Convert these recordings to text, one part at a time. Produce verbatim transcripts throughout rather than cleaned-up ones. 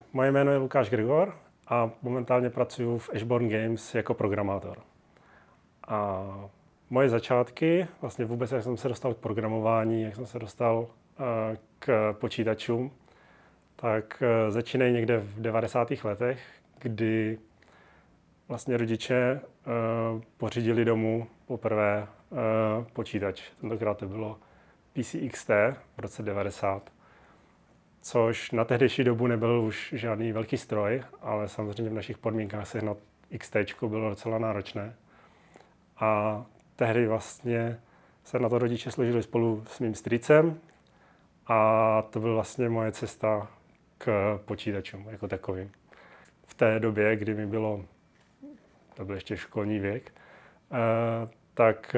Moje jméno je Lukáš Grigor a momentálně pracuji v Ashborn Games jako programátor. A moje začátky, vlastně vůbec jak jsem se dostal k programování, jak jsem se dostal k počítačům, tak začínají někde v devadesátých letech, kdy vlastně rodiče pořídili domů poprvé počítač. Tentokrát to bylo P C X T v roce devadesát. Což na tehdejší dobu nebyl už žádný velký stroj, ale samozřejmě v našich podmínkách sehnat X T bylo docela náročné. A tehdy vlastně se na to rodiče složili spolu s mým strýcem a to byla vlastně moje cesta k počítačům jako takovým. V té době, kdy mi bylo, to byl ještě školní věk, tak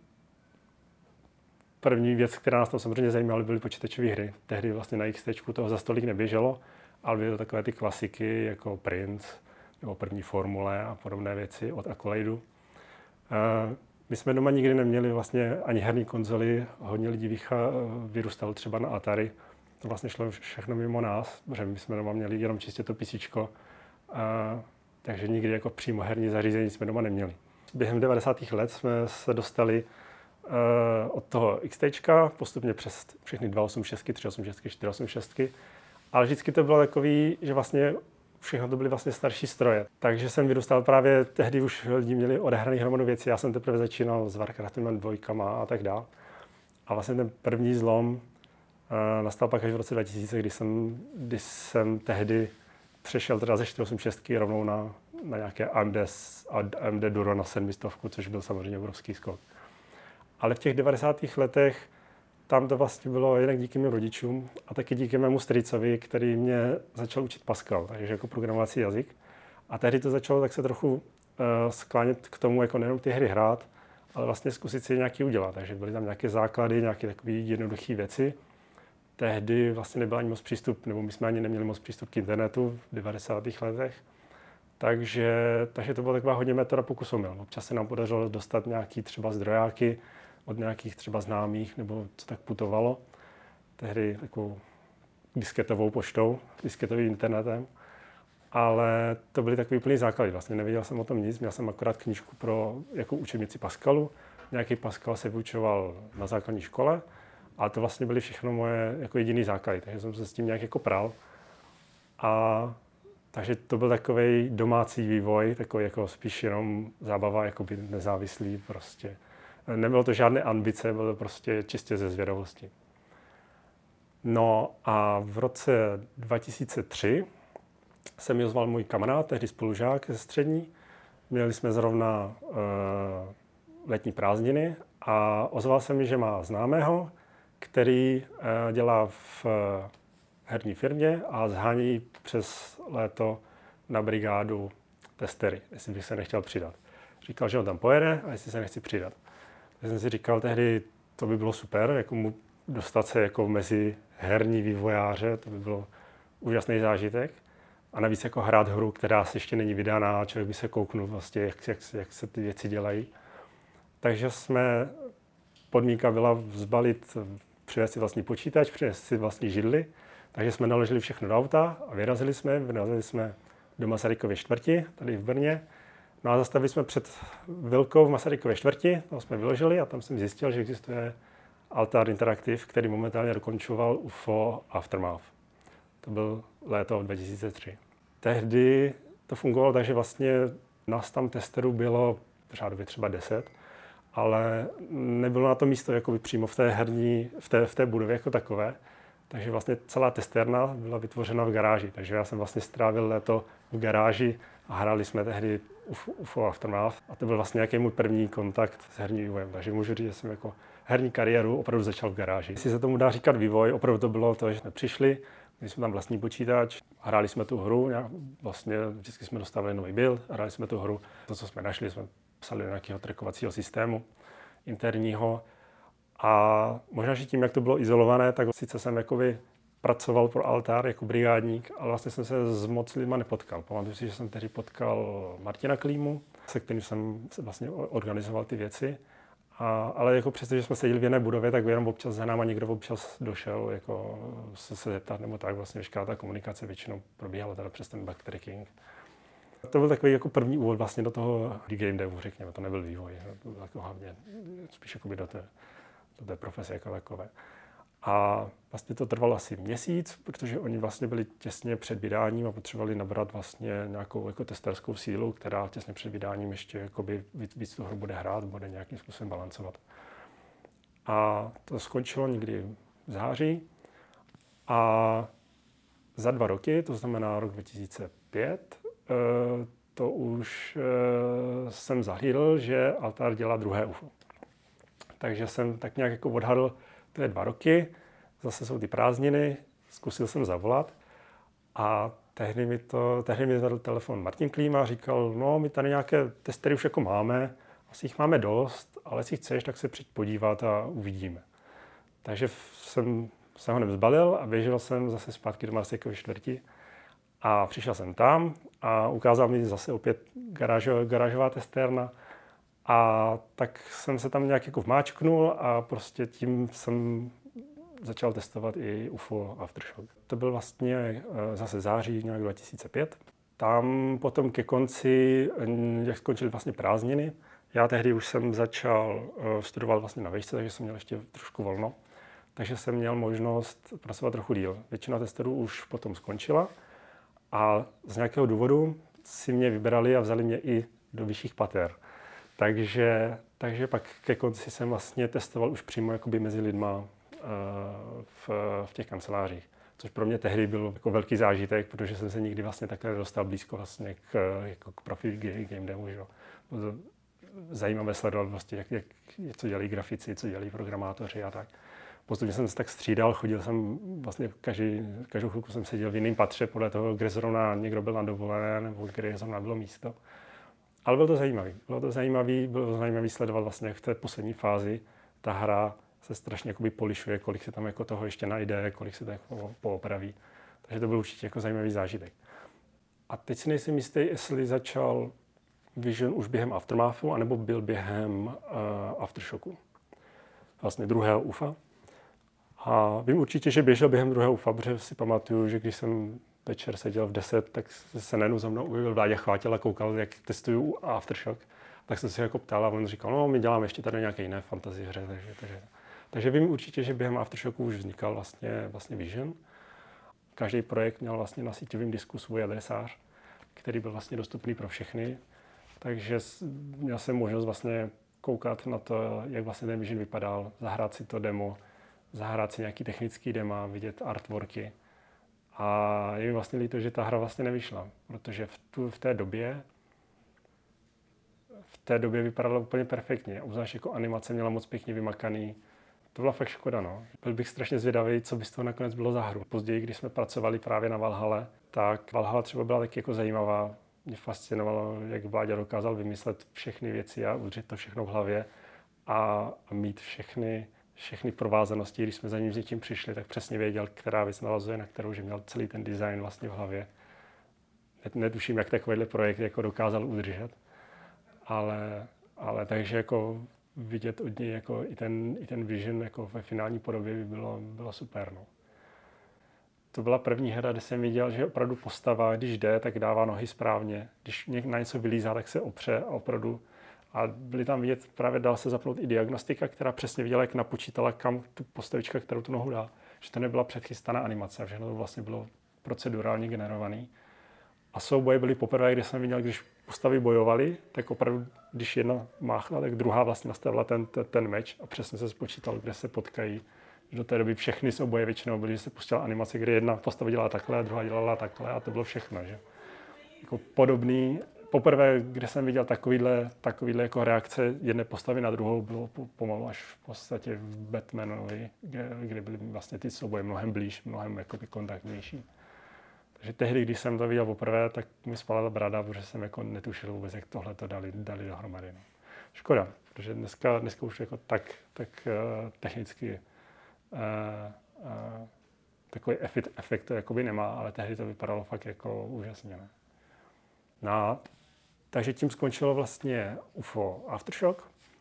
první věc, která nás tam samozřejmě zajímala, byly počítačové hry. Tehdy vlastně na X T toho za stolik neběželo, ale byly to takové ty klasiky jako Prince nebo první Formule a podobné věci od Accolade. My jsme doma nikdy neměli vlastně ani herní konzoly, hodně lidí vyrůstalo třeba na Atari. To vlastně šlo všechno mimo nás, protože my jsme doma měli jenom čistě to PCčko, takže nikdy jako přímo herní zařízení jsme doma neměli. Během devadesátých let jsme se dostali od toho X T postupně přes všechny dva osm šest, tři osm šest, čtyři osm šest, ale vždycky to bylo takový, že vlastně všechno to byly vlastně starší stroje. Takže jsem vyrůstal právě, tehdy už lidi měli odehraný hromadu věcí, já jsem teprve začínal s Warcraftem dvojkama a tak dále. A vlastně ten první zlom uh, nastal pak až v roce dva tisíce, kdy jsem, kdy jsem tehdy přešel teda ze čtyři osm šest rovnou na, na nějaké A M D, A M D Duro na sedmistovku, což byl samozřejmě obrovský skok. Ale v těch devadesátých letech tam to vlastně bylo jednak díky mým rodičům a taky díky mému strýcovi, který mě začal učit Pascal, takže jako programovací jazyk. A tehdy to začalo tak se trochu uh, sklánět k tomu, jako nejenom ty hry hrát, ale vlastně zkusit si nějaký udělat. Takže byly tam nějaké základy, nějaké takové jednoduché věci. Tehdy vlastně nebyl ani moc přístup, nebo my jsme ani neměli moc přístup k internetu v devadesátých letech. Takže, takže to byla taková hodně metoda pokus omyl. Občas se nám podařilo dostat nějaký třeba zdrojáky od nějakých třeba známých, nebo co tak putovalo. Tehdy takovou disketovou poštou, disketovým internetem. Ale to byly takový úplný základy. Vlastně nevěděl jsem o tom nic, měl jsem akorát knížku pro jako učebnici Pascalu. Nějaký Pascal se vyučoval na základní škole, ale to vlastně byly všechno moje jako jediný základy, takže jsem se s tím nějak jako prál. A takže to byl takový domácí vývoj, takový jako spíš jenom zábava, jakoby nezávislý prostě. Nebylo to žádné ambice, bylo to prostě čistě ze zvědavosti. No a v roce dva tisíce tři se mi ozval můj kamarád, tehdy spolužák ze střední. Měli jsme zrovna uh, letní prázdniny a ozval se mi, že má známého, který uh, dělá v uh, herní firmě a zhání přes léto na brigádu testery, jestli bych se nechtěl přidat. Říkal, že on tam pojede a jestli se nechci přidat. Já jsem si říkal tehdy, to by bylo super, jako mu dostat se jako mezi herní vývojáře, to by bylo úžasný zážitek. A navíc jako hrát hru, která se ještě není vydaná, člověk by se kouknul vlastně, jak, jak, jak se ty věci dělají. Takže jsme, podmínka byla zbalit, přivést si vlastní počítač, přivést si vlastní židli. Takže jsme naložili všechno do auta a vyrazili jsme, vyrazili jsme do Masarykovy čtvrti, tady v Brně. No a zastavili jsme před Vilkou v Masarykově čtvrti, tam jsme vyložili a tam jsem zjistil, že existuje Altar Interactive, který momentálně dokončoval U F O Aftermath. To byl léto dva tisíce tři. Tehdy to fungovalo tak, že vlastně nás tam testerů bylo řádově třeba deset, ale nebylo na to místo jakoby přímo v té herní, v té, v té budově jako takové. Takže vlastně celá testérna byla vytvořena v garáži, takže já jsem vlastně strávil léto v garáži a hráli jsme tehdy U F O Aftermath a to byl vlastně nějaký můj první kontakt s herním vývojem, takže můžu říct, že jsem jako herní kariéru opravdu začal v garáži. Jestli se tomu dá říkat vývoj, opravdu to bylo to, že jsme přišli, měli jsme tam vlastní počítač, hráli jsme tu hru, vlastně vždycky jsme dostávali nový build, hráli jsme tu hru, to, co jsme našli, jsme psali do nějakého trackovacího systému interního. A možná, že tím, jak to bylo izolované, tak sice jsem jakoby pracoval pro Altar jako brigádník, ale vlastně jsem se s moc lidma nepotkal. Pamatuju si, že jsem tehdy potkal Martina Klímu, se kterým jsem vlastně organizoval ty věci. A, ale jako přesto, že jsme seděli v jedné budově, tak jenom občas za náma někdo občas došel jako se, se zeptat nebo tak. Vlastně veškerá ta komunikace většinou probíhala teda přes ten backtracking. To byl takový jako první úvod vlastně do toho game devu, řekněme. To nebyl vývoj, to bylo jako hlavně spíš jako do té, do té profese jako takové. A vlastně to trvalo asi měsíc, protože oni vlastně byli těsně před vydáním a potřebovali nabrat vlastně nějakou jako testerskou sílu, která těsně před vydáním ještě jakoby víc, víc tu hru bude hrát, bude nějakým způsobem balancovat. A to skončilo někdy v září a za dva roky, to znamená rok dva tisíce pět, to už jsem zahlídl, že Altar dělá druhé U F O. Takže jsem tak nějak jako odhadl, to je dva roky, zase jsou ty prázdniny, zkusil jsem zavolat a tehdy mi, to, tehdy mi zadal telefon Martin Klíma a říkal, no my tady nějaké testery už jako máme, asi jich máme dost, ale jestli chceš, tak se přijď podívat a uvidíme. Takže jsem se ho nevzbalil a běžel jsem zase zpátky do Masarykovy čtvrti a přišel jsem tam a ukázal mi zase opět garážo, garážová testérna. A tak jsem se tam nějak jako vmáčknul a prostě tím jsem začal testovat i U F O Aftershock. To byl vlastně zase září nějak dva tisíce pět. Tam potom ke konci, jak skončily vlastně prázdniny, já tehdy už jsem začal studovat vlastně na výšce, takže jsem měl ještě trošku volno. Takže jsem měl možnost pracovat trochu díl. Většina testerů už potom skončila a z nějakého důvodu si mě vybrali a vzali mě i do vyšších pater. Takže, takže pak ke konci jsem vlastně testoval už přímo jakoby mezi lidma uh, v, v těch kancelářích. Což pro mě tehdy byl jako velký zážitek, protože jsem se nikdy vlastně takhle dostal blízko vlastně k, jako k profi game devu. Že? Bylo to zajímavé sledovat vlastně, jak, jak, co dělají grafici, co dělají programátoři a tak. Postupně jsem se tak střídal, chodil jsem vlastně každý, každou chvilku jsem seděl v jiném patře podle toho, kde zrovna někdo byl na dovolené nebo kde zrovna bylo místo. Ale bylo to zajímavé. Bylo to zajímavé, bylo to zajímavé sledovat vlastně v té poslední fázi. Ta hra se strašně jakoby polišuje, kolik se tam jako toho ještě najde, kolik se to jako poopraví. Takže to byl určitě jako zajímavý zážitek. A teď si nejsem jistý, jestli začal Vision už během Aftermathu, anebo byl během uh, Aftershocku. Vlastně druhého U F A. A vím určitě, že běžel během druhého U F A, protože si pamatuju, že když jsem večer seděl v deset, tak se najednou za mnou ujel Vláďa Chvátil a koukal, jak testuju Aftershock. Tak jsem si jako ptal a on říkal, no my děláme ještě tady nějaké jiné fantasy hře. Takže, takže, takže vím určitě, že během Aftershocku už vznikal vlastně, vlastně Vision. Každý projekt měl vlastně na síťovém disku svůj adresář, který byl vlastně dostupný pro všechny. Takže měl jsem možnost vlastně koukat na to, jak vlastně ten Vision vypadal, zahrát si to demo, zahrát si nějaký technický demo, vidět artworky. A je mi vlastně líto, že ta hra vlastně nevyšla, protože v, tu, v té době v té době vypadala úplně perfektně. Obzvlášť jako animace měla moc pěkně vymakaný. To byla fakt škoda, no. Byl bych strašně zvědavý, co by z toho nakonec bylo za hru. Později, když jsme pracovali právě na Valhalle, tak Valhalla třeba byla taky jako zajímavá. Mě fascinovalo, jak Vláďa dokázal vymyslet všechny věci a udržet to všechno v hlavě a, a mít všechny všechny provázanosti, když jsme za ním s něčím přišli, tak přesně věděl, která věc navazuje na kterou, že měl celý ten design vlastně v hlavě. Netuším, jak takovýhle projekt jako dokázal udržet, ale, ale takže jako vidět od něj jako i ten, i ten Vision jako ve finální podobě by bylo, bylo super. No. To byla první hra, kde jsem viděl, že opravdu postava, když jde, tak dává nohy správně. Když na něco vylízá, tak se opře a opravdu. A byly tam vidět, právě dal se zapnout i diagnostika, která přesně viděla, jak napočítala, kam tu postavička, kterou tu nohu dá. Že to nebyla předchystaná animace, že to vlastně bylo procedurálně generovaný. A souboje byly poprvé, kdy jsem viděl, když postavy bojovaly, tak opravdu, když jedna máchla, tak druhá vlastně nastavila ten, ten, ten meč a přesně se spočítal, kde se potkají. Do té doby všechny souboje většinou byly, že se pustila animace, kdy jedna postava dělala takhle, druhá dělala takhle a to bylo všechno. Že? Jako podobný. Poprvé, kde jsem viděl takovýhle, takovýhle jako reakce jedné postavy na druhou, bylo pomalu až v podstatě v Batmanovi, kde, kde byly vlastně ty souboje mnohem blíž, mnohem jakoby kontaktnější. Takže tehdy, když jsem to viděl poprvé, tak mi spala brada, protože jsem jako netušil vůbec, jak tohle to dali, dali dohromady. No. Škoda, protože dneska, dneska už jako tak, tak uh, technicky uh, uh, takový efekt, efekt to jakoby nemá, ale tehdy to vypadalo fakt jako úžasně. Ne? No, takže tím skončilo vlastně U F O Aftershock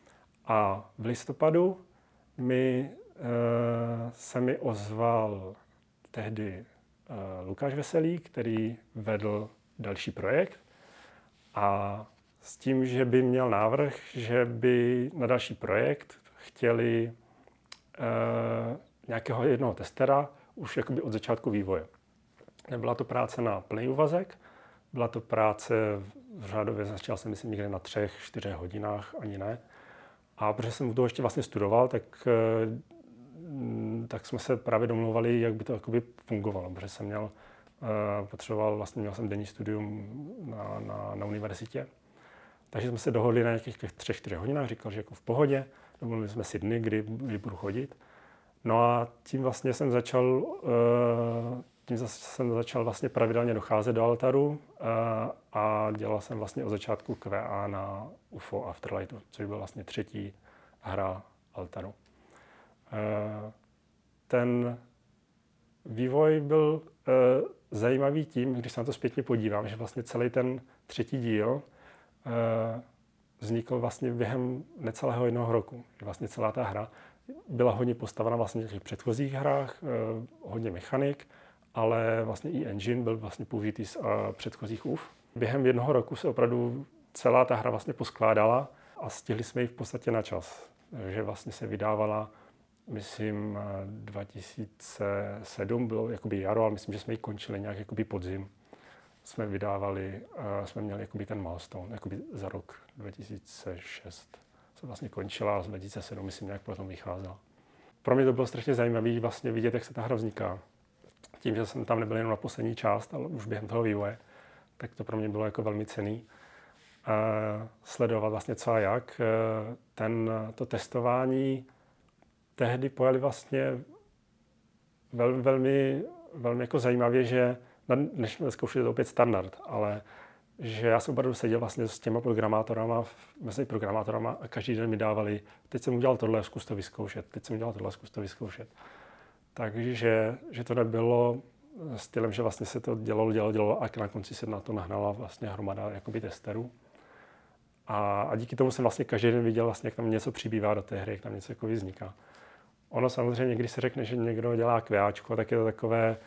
A v listopadu mi, e, se mi ozval tehdy e, Lukáš Veselý, který vedl další projekt a s tím, že by měl návrh, že by na další projekt chtěli e, nějakého jednoho testera už jakoby od začátku vývoje. Nebyla to práce na plný úvazek, byla to práce v řádově, začal jsem myslím někde na třech, čtyřech hodinách, ani ne. A protože jsem to ještě vlastně studoval, tak, tak jsme se právě domluvali, jak by to jakoby fungovalo, protože jsem měl, potřeboval, vlastně měl jsem denní studium na, na, na univerzitě. Takže jsme se dohodli na nějakých těch třech, čtyřech hodinách, říkal, že jako v pohodě, domluvili jsme si dny, kdy, kdy budu chodit. No a tím vlastně jsem začal, tím jsem začal vlastně pravidelně docházet do Altaru a dělal jsem vlastně od začátku Q A na U F O Afterlightu, což byl vlastně třetí hra Altaru. Ten vývoj byl zajímavý tím, když se na to zpětně podívám, že vlastně celý ten třetí díl vznikl vlastně během necelého jednoho roku. Vlastně celá ta hra byla hodně postavena vlastně v těch předchozích hrách, hodně mechanik, ale vlastně i engine byl vlastně použitý z předchozích U F. Během jednoho roku se opravdu celá ta hra vlastně poskládala a stihli jsme ji v podstatě na čas. Takže vlastně se vydávala, myslím, dva tisíce sedm bylo jakoby jaro, ale myslím, že jsme ji končili nějak jakoby podzim. Jsme vydávali, jsme měli jakoby ten milestone, jakoby za rok dva tisíce šest. Se vlastně končila a z dva tisíce sedm, myslím, nějak potom vycházela. Pro mě to bylo strašně zajímavé vlastně vidět, jak se ta hra vzniká. Tím, že jsem tam nebyl jenom na poslední část, ale už během toho vývoje, tak to pro mě bylo jako velmi cenný. Uh, sledovat vlastně co a jak. Uh, ten, to testování tehdy pojali vlastně vel, velmi, velmi jako zajímavě, že dnešní zkoušet je to opět standard, ale že já jsem opravdu seděl vlastně s těma programátorama, mezi programátorama a každý den mi dávali, teď jsem udělal tohle, zkus to vyzkoušet, teď jsem udělal tohle, zkus to vyzkoušet. Takže že to nebylo stylem, že vlastně se to dělalo, dělalo, dělalo a na konci se na to nahnala vlastně hromada jakoby testerů. A, a díky tomu jsem vlastně každý den viděl, vlastně, jak tam něco přibývá do té hry, jak tam něco jako vzniká. Ono samozřejmě, když se řekne, že někdo dělá kvěáčko, tak je to takové,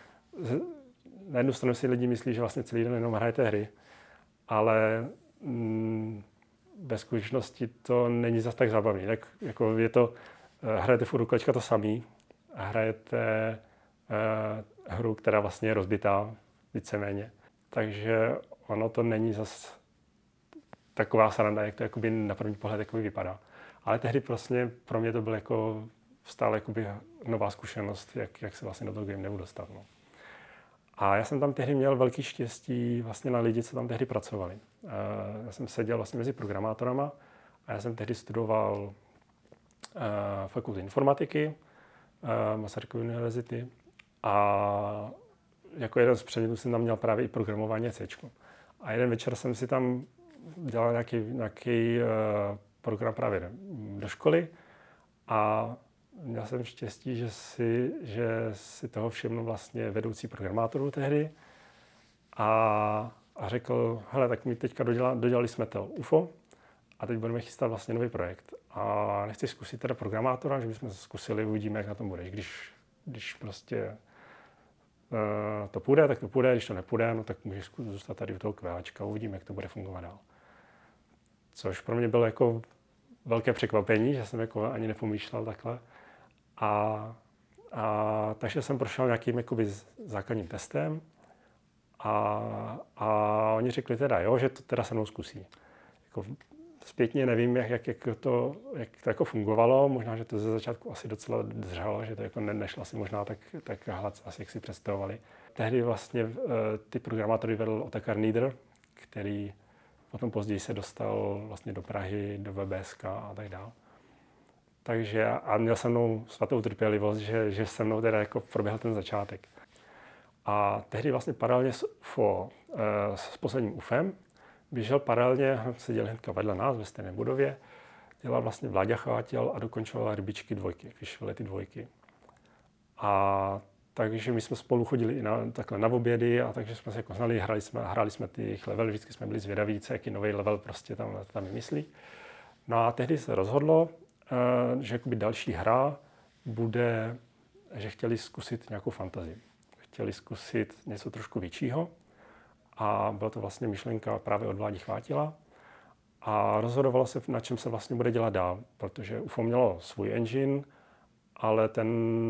na jednu stranu si lidi myslí, že vlastně celý den jenom hrajete hry, ale mm, ve skutečnosti to není zas tak zábavný. Tak jako je to, hrajete furt do kolečka to samý, hrajete uh, hru, která vlastně je rozbitá víceméně. Takže ono to není zas taková sranda, jak to jakoby na první pohled jakoby vypadá. Ale tehdy prostě pro mě to byl jako stále jakoby nová zkušenost, jak, jak se vlastně do toho gameu dostat. No. A já jsem tam tehdy měl velký štěstí vlastně na lidi, co tam tehdy pracovali. Uh, já jsem seděl vlastně mezi programátorama a já jsem tehdy studoval uh, fakultu informatiky uh, Masarykovy univerzity a jako jeden z předmětů jsem tam měl právě i programování a C. A jeden večer jsem si tam dělal nějaký, nějaký uh, program právě do školy a měl jsem štěstí, že si, že si toho všiml vlastně vedoucí programátorů tehdy a, a řekl, hele, tak my teďka doděla, dodělali jsme to U F O a teď budeme chystat vlastně nový projekt. A nechci zkusit teda programátora, že bychom zkusili, uvidíme, jak na tom budeš. Když, když prostě uh, to půjde, tak to půjde, když to nepůjde, no tak můžeš zůstat tady u toho kváčka, uvidíme, jak to bude fungovat dál. Což pro mě bylo jako velké překvapení, že jsem jako ani nepomýšlel takhle. A, a takže jsem prošel nějakým jakoby základním testem a, a oni řekli teda jo, že to teda se mnou zkusí. Jako zpětně nevím, jak, jak, jak, to, jak to jako fungovalo, možná, že to ze začátku asi docela držalo, že to jako ne, nešlo asi možná tak, tak hladce, asi jak si představovali. Tehdy vlastně uh, ty programátory vedl Otakar Nieder, který potom později se dostal vlastně do Prahy, do V B S K a tak dále. Takže a měl se mnou svatou trpělivost, že, že se mnou teda jako proběhl ten začátek. A tehdy vlastně paralelně s, U F O, s posledním UFem běžel paralelně, seděl hnedka vedle nás ve stejné budově, dělal vlastně Vláďa Chvátil a dokončoval Rybičky dvojky, Fishvillety dvojky. A takže my jsme spolu chodili i na, takhle na obědy a takže jsme se jako znali, hráli jsme, hráli jsme ty levely, vždycky jsme byli zvědaví, co jaký nový level prostě tam, tam vymyslí. No a tehdy se rozhodlo, že jakoby další hra bude, že chtěli zkusit nějakou fantazii. Chtěli zkusit něco trošku většího a byla to vlastně myšlenka právě od Vládi Chvátila a rozhodovalo se, na čem se vlastně bude dělat dál, protože U F O mělo svůj engine, ale ten,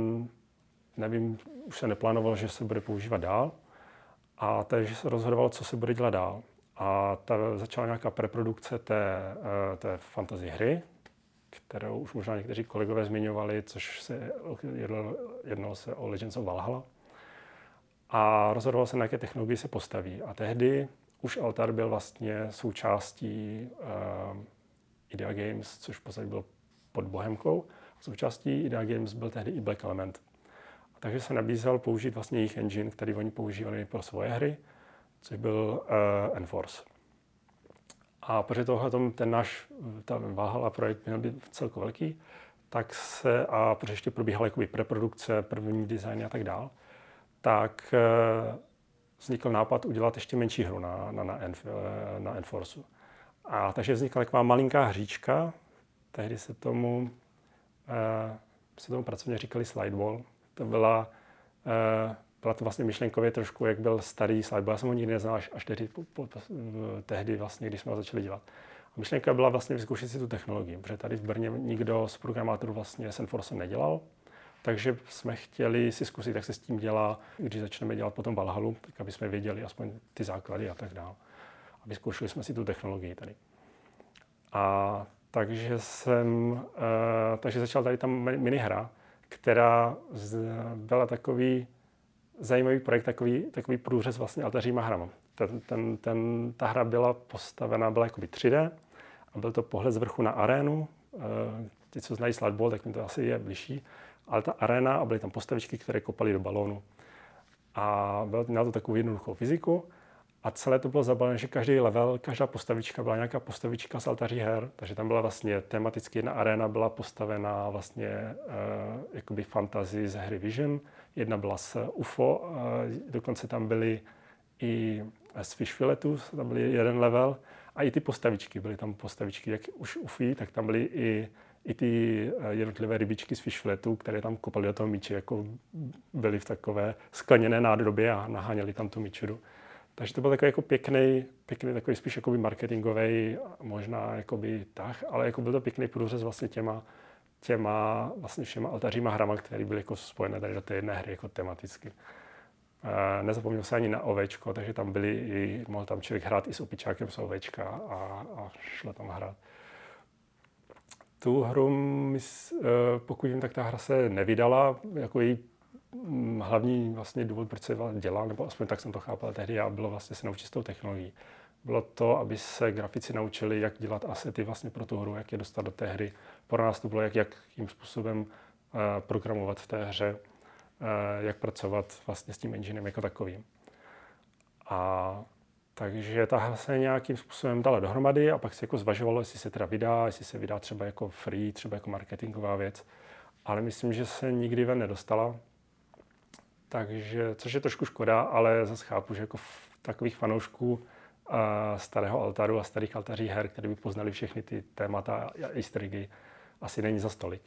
nevím, už se neplánovalo, že se bude používat dál a takže se rozhodovalo, co se bude dělat dál. A ta začala nějaká preprodukce té, té fantasy hry, kterou už možná někteří kolegové zmiňovali, což se jednalo, jednalo se o Legends of Valhalla. A rozhodoval se, na jaké technologii se postaví. A tehdy už Altar byl vlastně součástí uh, Idea Games, což v podstatě bylo pod Bohemkou. Součástí Idea Games byl tehdy i Black Element. A takže se nabízel použít vlastně jejich engine, který oni používali pro svoje hry, což byl uh, Enforce. A protože tohle ten náš ten Valhalla projekt měl být celko velký, tak se, a protože ještě probíhala jakoby preprodukce, první design a tak dál, tak uh, vznikl nápad udělat ještě menší hru na, na, na, Enf, na Enforceu. A takže vznikla taková malinká hříčka, tehdy se tomu, uh, se tomu pracovně říkali Slideball. To byla, uh, byla to vlastně myšlenkově trošku, jak byl starý Slideball. Já jsem ho nikdy neznal až, až tehdy, po, po, tehdy vlastně, když jsme ho začali dělat. A myšlenka byla vlastně vyzkoušet si tu technologii, protože tady v Brně nikdo z programátorů vlastně s Enforcem nedělal. Takže jsme chtěli si zkusit, jak se s tím dělá, když začneme dělat potom Valhallu, tak aby jsme věděli aspoň ty základy a tak dále. A vyzkoušeli jsme si tu technologii tady. A takže jsem, uh, takže začala tady ta minihra, která z, byla takový zajímavý projekt, takový, takový průřez vlastně altaříma hrama. Ten, ten, ten, ta hra byla postavená, byla jakoby tři dé a byl to pohled z vrchu na arénu. Uh, ti, co znají Slideball, tak mi to asi je bližší. Ale ta aréna a byly tam postavičky, které kopaly do balónu. A bylo na to takovou jednoduchou fyziku. A celé to bylo zabalené, že každý level, každá postavička byla nějaká postavička z altaří her. Takže tam byla vlastně tematicky jedna aréna byla postavená vlastně uh, jakoby fantasy z hry Vision. Jedna byla z U F O, uh, dokonce tam byly i z Fish Filletu, tam byl jeden level. A i ty postavičky, byly tam postavičky, jak už U F I, tak tam byly i i ty jednotlivé rybičky z Fish Filletu, které tam kopaly do toho míče, jako byly v takové skleněné nádobě a naháněli tam tu míčeru. Takže to byl takový jako pěkný, pěkný takový spíš jakoby marketingový, možná jakoby tah, ale jako byl to pěkný průřez vlastně těma, těma vlastně všema altaříma hrama, které byly jako spojené tady do té jedné hry jako tematicky. E, nezapomněl se ani na ovečko, takže tam byly i, mohl tam člověk hrát i s opičákem z ovečka a, a šlo tam hrát. Tu hru, pokud vím, tak ta hra se nevydala, jako její hlavní vlastně důvod, proč se dělá, nebo aspoň tak jsem to chápal tehdy, a bylo vlastně se naučit s tou technologií. Bylo to, aby se grafici naučili, jak dělat asety vlastně pro tu hru, jak je dostat do té hry. Pro nás to bylo, jak, jakým způsobem programovat v té hře, jak pracovat vlastně s tím enginem jako takovým. A takže ta hra se nějakým způsobem dala dohromady a pak se jako zvažovalo, jestli se teda vydá, jestli se vydá třeba jako free, třeba jako marketingová věc. Ale myslím, že se nikdy ven nedostala. Takže, což je trošku škoda, ale zase chápu, že jako takových fanoušků a starého altaru a starých altaří her, které by poznali všechny ty témata a easter eggy, asi není za stolik.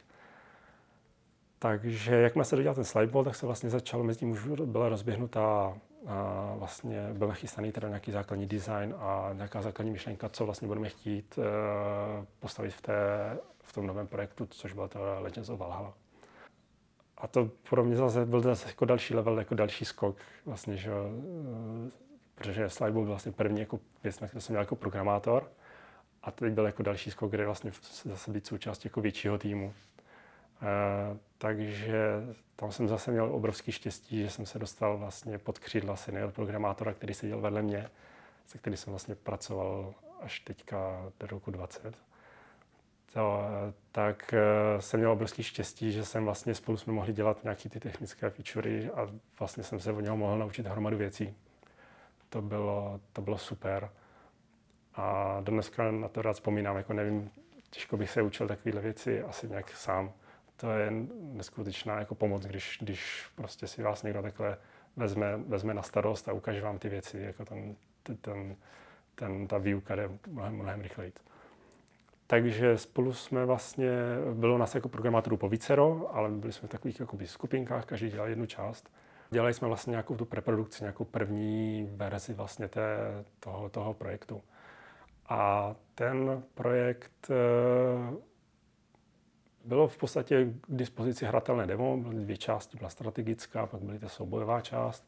Takže jakmile se dodělal ten Slideball, tak se vlastně začalo, mezi tím už byla rozběhnutá, a vlastně byl nachystaný teda nějaký základní design a nějaká základní myšlenka, co vlastně budeme chtít uh, postavit v, té, v tom novém projektu, což byl to Legends of Valhalla. A to pro mě zase byl zase jako další level, jako další skok, vlastně, že, uh, protože Slideball byl vlastně první jako věc, na kterou jsem měl jako programátor, a teď byl jako další skok, kde vlastně zase být součástí jako většího týmu. Uh, takže tam jsem zase měl obrovský štěstí, že jsem se dostal vlastně pod křídla senior programátora, který seděl vedle mě, se kterým jsem vlastně pracoval až teďka do roku dvacet. To, tak uh, jsem měl obrovský štěstí, že jsem vlastně spolu jsme mohli dělat nějaké ty technické featurey a vlastně jsem se od něho mohl naučit hromadu věcí. To bylo, to bylo super. A dneska na to rád vzpomínám, jako nevím, těžko bych se učil takovéhle věci asi nějak sám. To je neskutečná jako pomoc, když, když prostě si vás někdo takhle vezme, vezme na starost a ukáže vám ty věci, jako ten, ten, ten, ta výuka jde mnohem, mnohem rychleji. Takže spolu jsme vlastně, bylo nás jako programátorů po vícero, ale byli jsme v takových jakoby skupinkách, každý dělal jednu část. Dělali jsme vlastně nějakou tu preprodukci, nějakou první verzi vlastně té, toho, toho projektu. A ten projekt bylo v podstatě k dispozici hratelné demo, byly dvě části, byla strategická, pak byly ta soubojová část.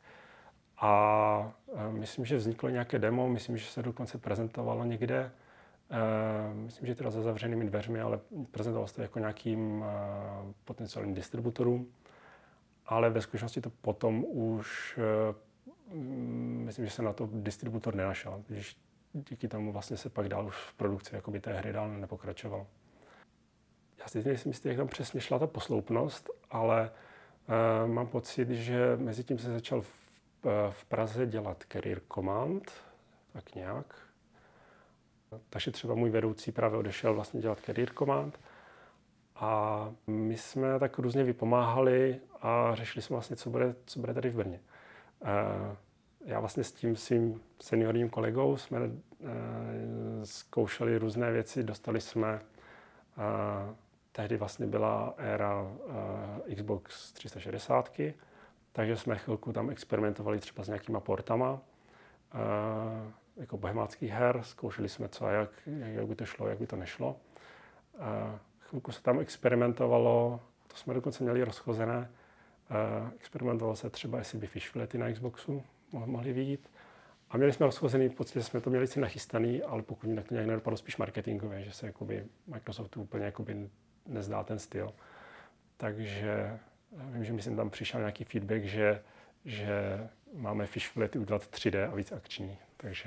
A myslím, že vzniklo nějaké demo, myslím, že se dokonce prezentovalo někde, myslím, že teda za zavřenými dveřmi, ale prezentovalo se to jako nějakým potenciálním distributorům. Ale ve skutečnosti to potom už, myslím, že se na to distributor nenašel, když díky tomu vlastně se pak dál už v produkci jakoby té hry dál nepokračovalo. Já si nejsem jistý, jak tam přesně šla ta posloupnost, ale uh, mám pocit, že mezi tím se začal v, uh, v Praze dělat Career Command, tak nějak. Takže třeba můj vedoucí právě odešel vlastně dělat Career Command a my jsme tak různě vypomáhali a řešili jsme vlastně, co bude, co bude tady v Brně. Uh, já vlastně s tím svým seniorním kolegou jsme uh, zkoušeli různé věci, dostali jsme uh, tehdy vlastně byla éra uh, Xbox tři sta šedesát, takže jsme chvilku tam experimentovali třeba s nějakýma portama, uh, jako bohemáckých her, zkoušeli jsme co a jak, jak by to šlo, jak by to nešlo. Uh, chvilku se tam experimentovalo, to jsme dokonce měli rozchozené, uh, experimentovalo se třeba, jestli by Fishflety na Xboxu mohli vyjít. A měli jsme rozchozený, v podstatě jsme to měli si nachystaný, ale pokud jinak to nějak nedopadlo spíš marketingově, že se jakoby Microsoftu úplně jakoby nezdá ten styl. Takže vím, že myslím, tam přišel nějaký feedback, že, že máme Fishflety udělat tři dé a víc akční. Takže,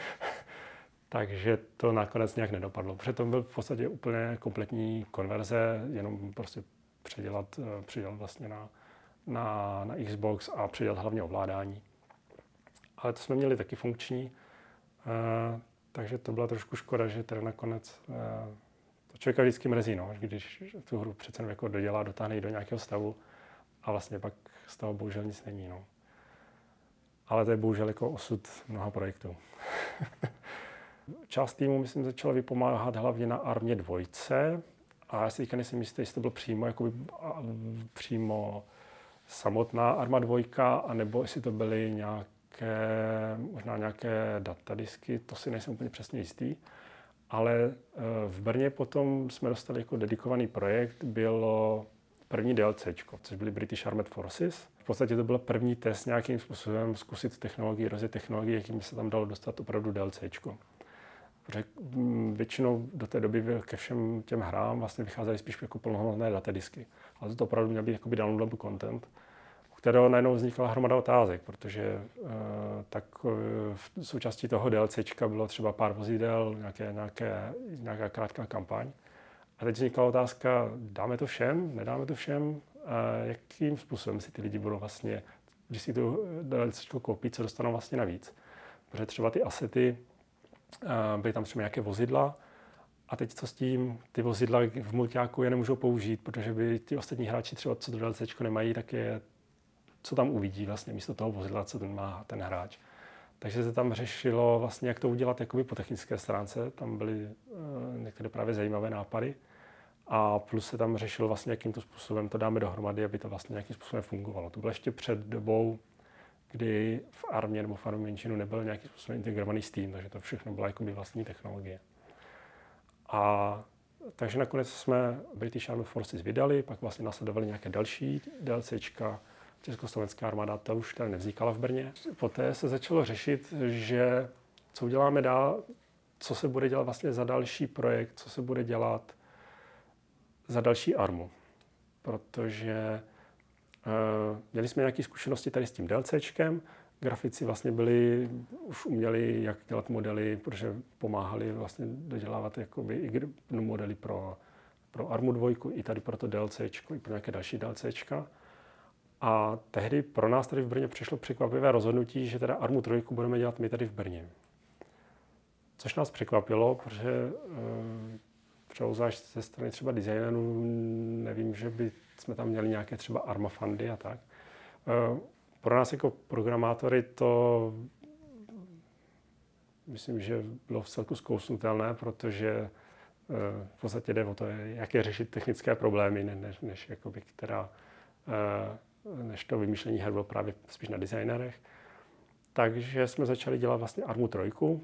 takže to nakonec nějak nedopadlo. Protože to byl v podstatě úplně kompletní konverze, jenom prostě předělat, předělat vlastně na, na, na Xbox a předělat hlavně ovládání. Ale to jsme měli taky funkční, uh, takže to byla trošku škoda, že teda nakonec uh, to člověka vždycky mrzí, no, když tu hru přece jako dodělá, dotáhne do nějakého stavu a vlastně pak z toho bohužel nic není. No. Ale to je bohužel jako osud mnoha projektů. Část týmu, myslím, začala vypomáhat hlavně na Armě dvojce a já si teďka nejsem jistý, jestli to bylo přímo, jakoby, přímo samotná Arma dvojka, anebo jestli to byly nějak možná nějaké datadisky, to si nejsem úplně přesně jistý, ale v Brně potom jsme dostali jako dedikovaný projekt, bylo první DLCčko, což byly British Armed Forces. V podstatě to byl první test nějakým způsobem zkusit technologii, rozjet technologii, jakým se tam dalo dostat opravdu DLCčko. Protože většinou do té doby ke všem těm hrám vlastně vycházely spíš jako plnohodnotné datadisky, ale to opravdu měl být jakoby downloadable content, kterého najednou vznikla hromada otázek, protože uh, tak uh, v součástí toho DLCčka bylo třeba pár vozidel, nějaké, nějaké, nějaká krátká kampaň. A teď vznikla otázka, dáme to všem, nedáme to všem, uh, jakým způsobem si ty lidi budou vlastně, když si to DLCčko koupí, co dostanou vlastně navíc. Protože třeba ty asety, uh, byly tam třeba nějaké vozidla, a teď co s tím, ty vozidla v multiáku je nemůžou použít, protože by ty ostatní hráči třeba, co to DLCčko nemají, tak je co tam uvidí vlastně místo toho vozidla, co ten má ten hráč. Takže se tam řešilo vlastně, jak to udělat jakoby po technické stránce. Tam byly uh, některé právě zajímavé nápady. A plus se tam řešilo vlastně, jakým to způsobem to dáme dohromady, aby to vlastně nějakým způsobem fungovalo. To bylo ještě před dobou, kdy v Armě nebo v Army Engineu nebyl nějakým způsobem integrovaný Steam, takže to všechno byla jakoby vlastní technologie. A takže nakonec jsme British Armed Forces vydali, pak vlastně následovaly nějaké další DLCčka. Československá armáda, ta už tady nevznikala v Brně. Poté se začalo řešit, že co uděláme dál, co se bude dělat vlastně za další projekt, co se bude dělat za další armu. Protože uh, měli jsme nějaké zkušenosti tady s tím DLCčkem, grafici vlastně byli, už uměli, jak dělat modely, protože pomáhali vlastně dodělávat jakoby i modely pro, pro Armu dvojku, i tady pro to DLCčko, i pro nějaké další DLCčka. A tehdy pro nás tady v Brně přišlo překvapivé rozhodnutí, že teda Armu trojku budeme dělat my tady v Brně. Což nás překvapilo, protože třeba zvlášť ze strany třeba designerů, nevím, že by jsme tam měli nějaké třeba Arma fundy a tak. Pro nás jako programátory to myslím, že bylo v celku zkousnutelné, protože v podstatě jde o to, jak je řešit technické problémy, než, než, jakoby, která, než to vymýšlení her bylo právě spíš na designérech. Takže jsme začali dělat vlastně Armu trojku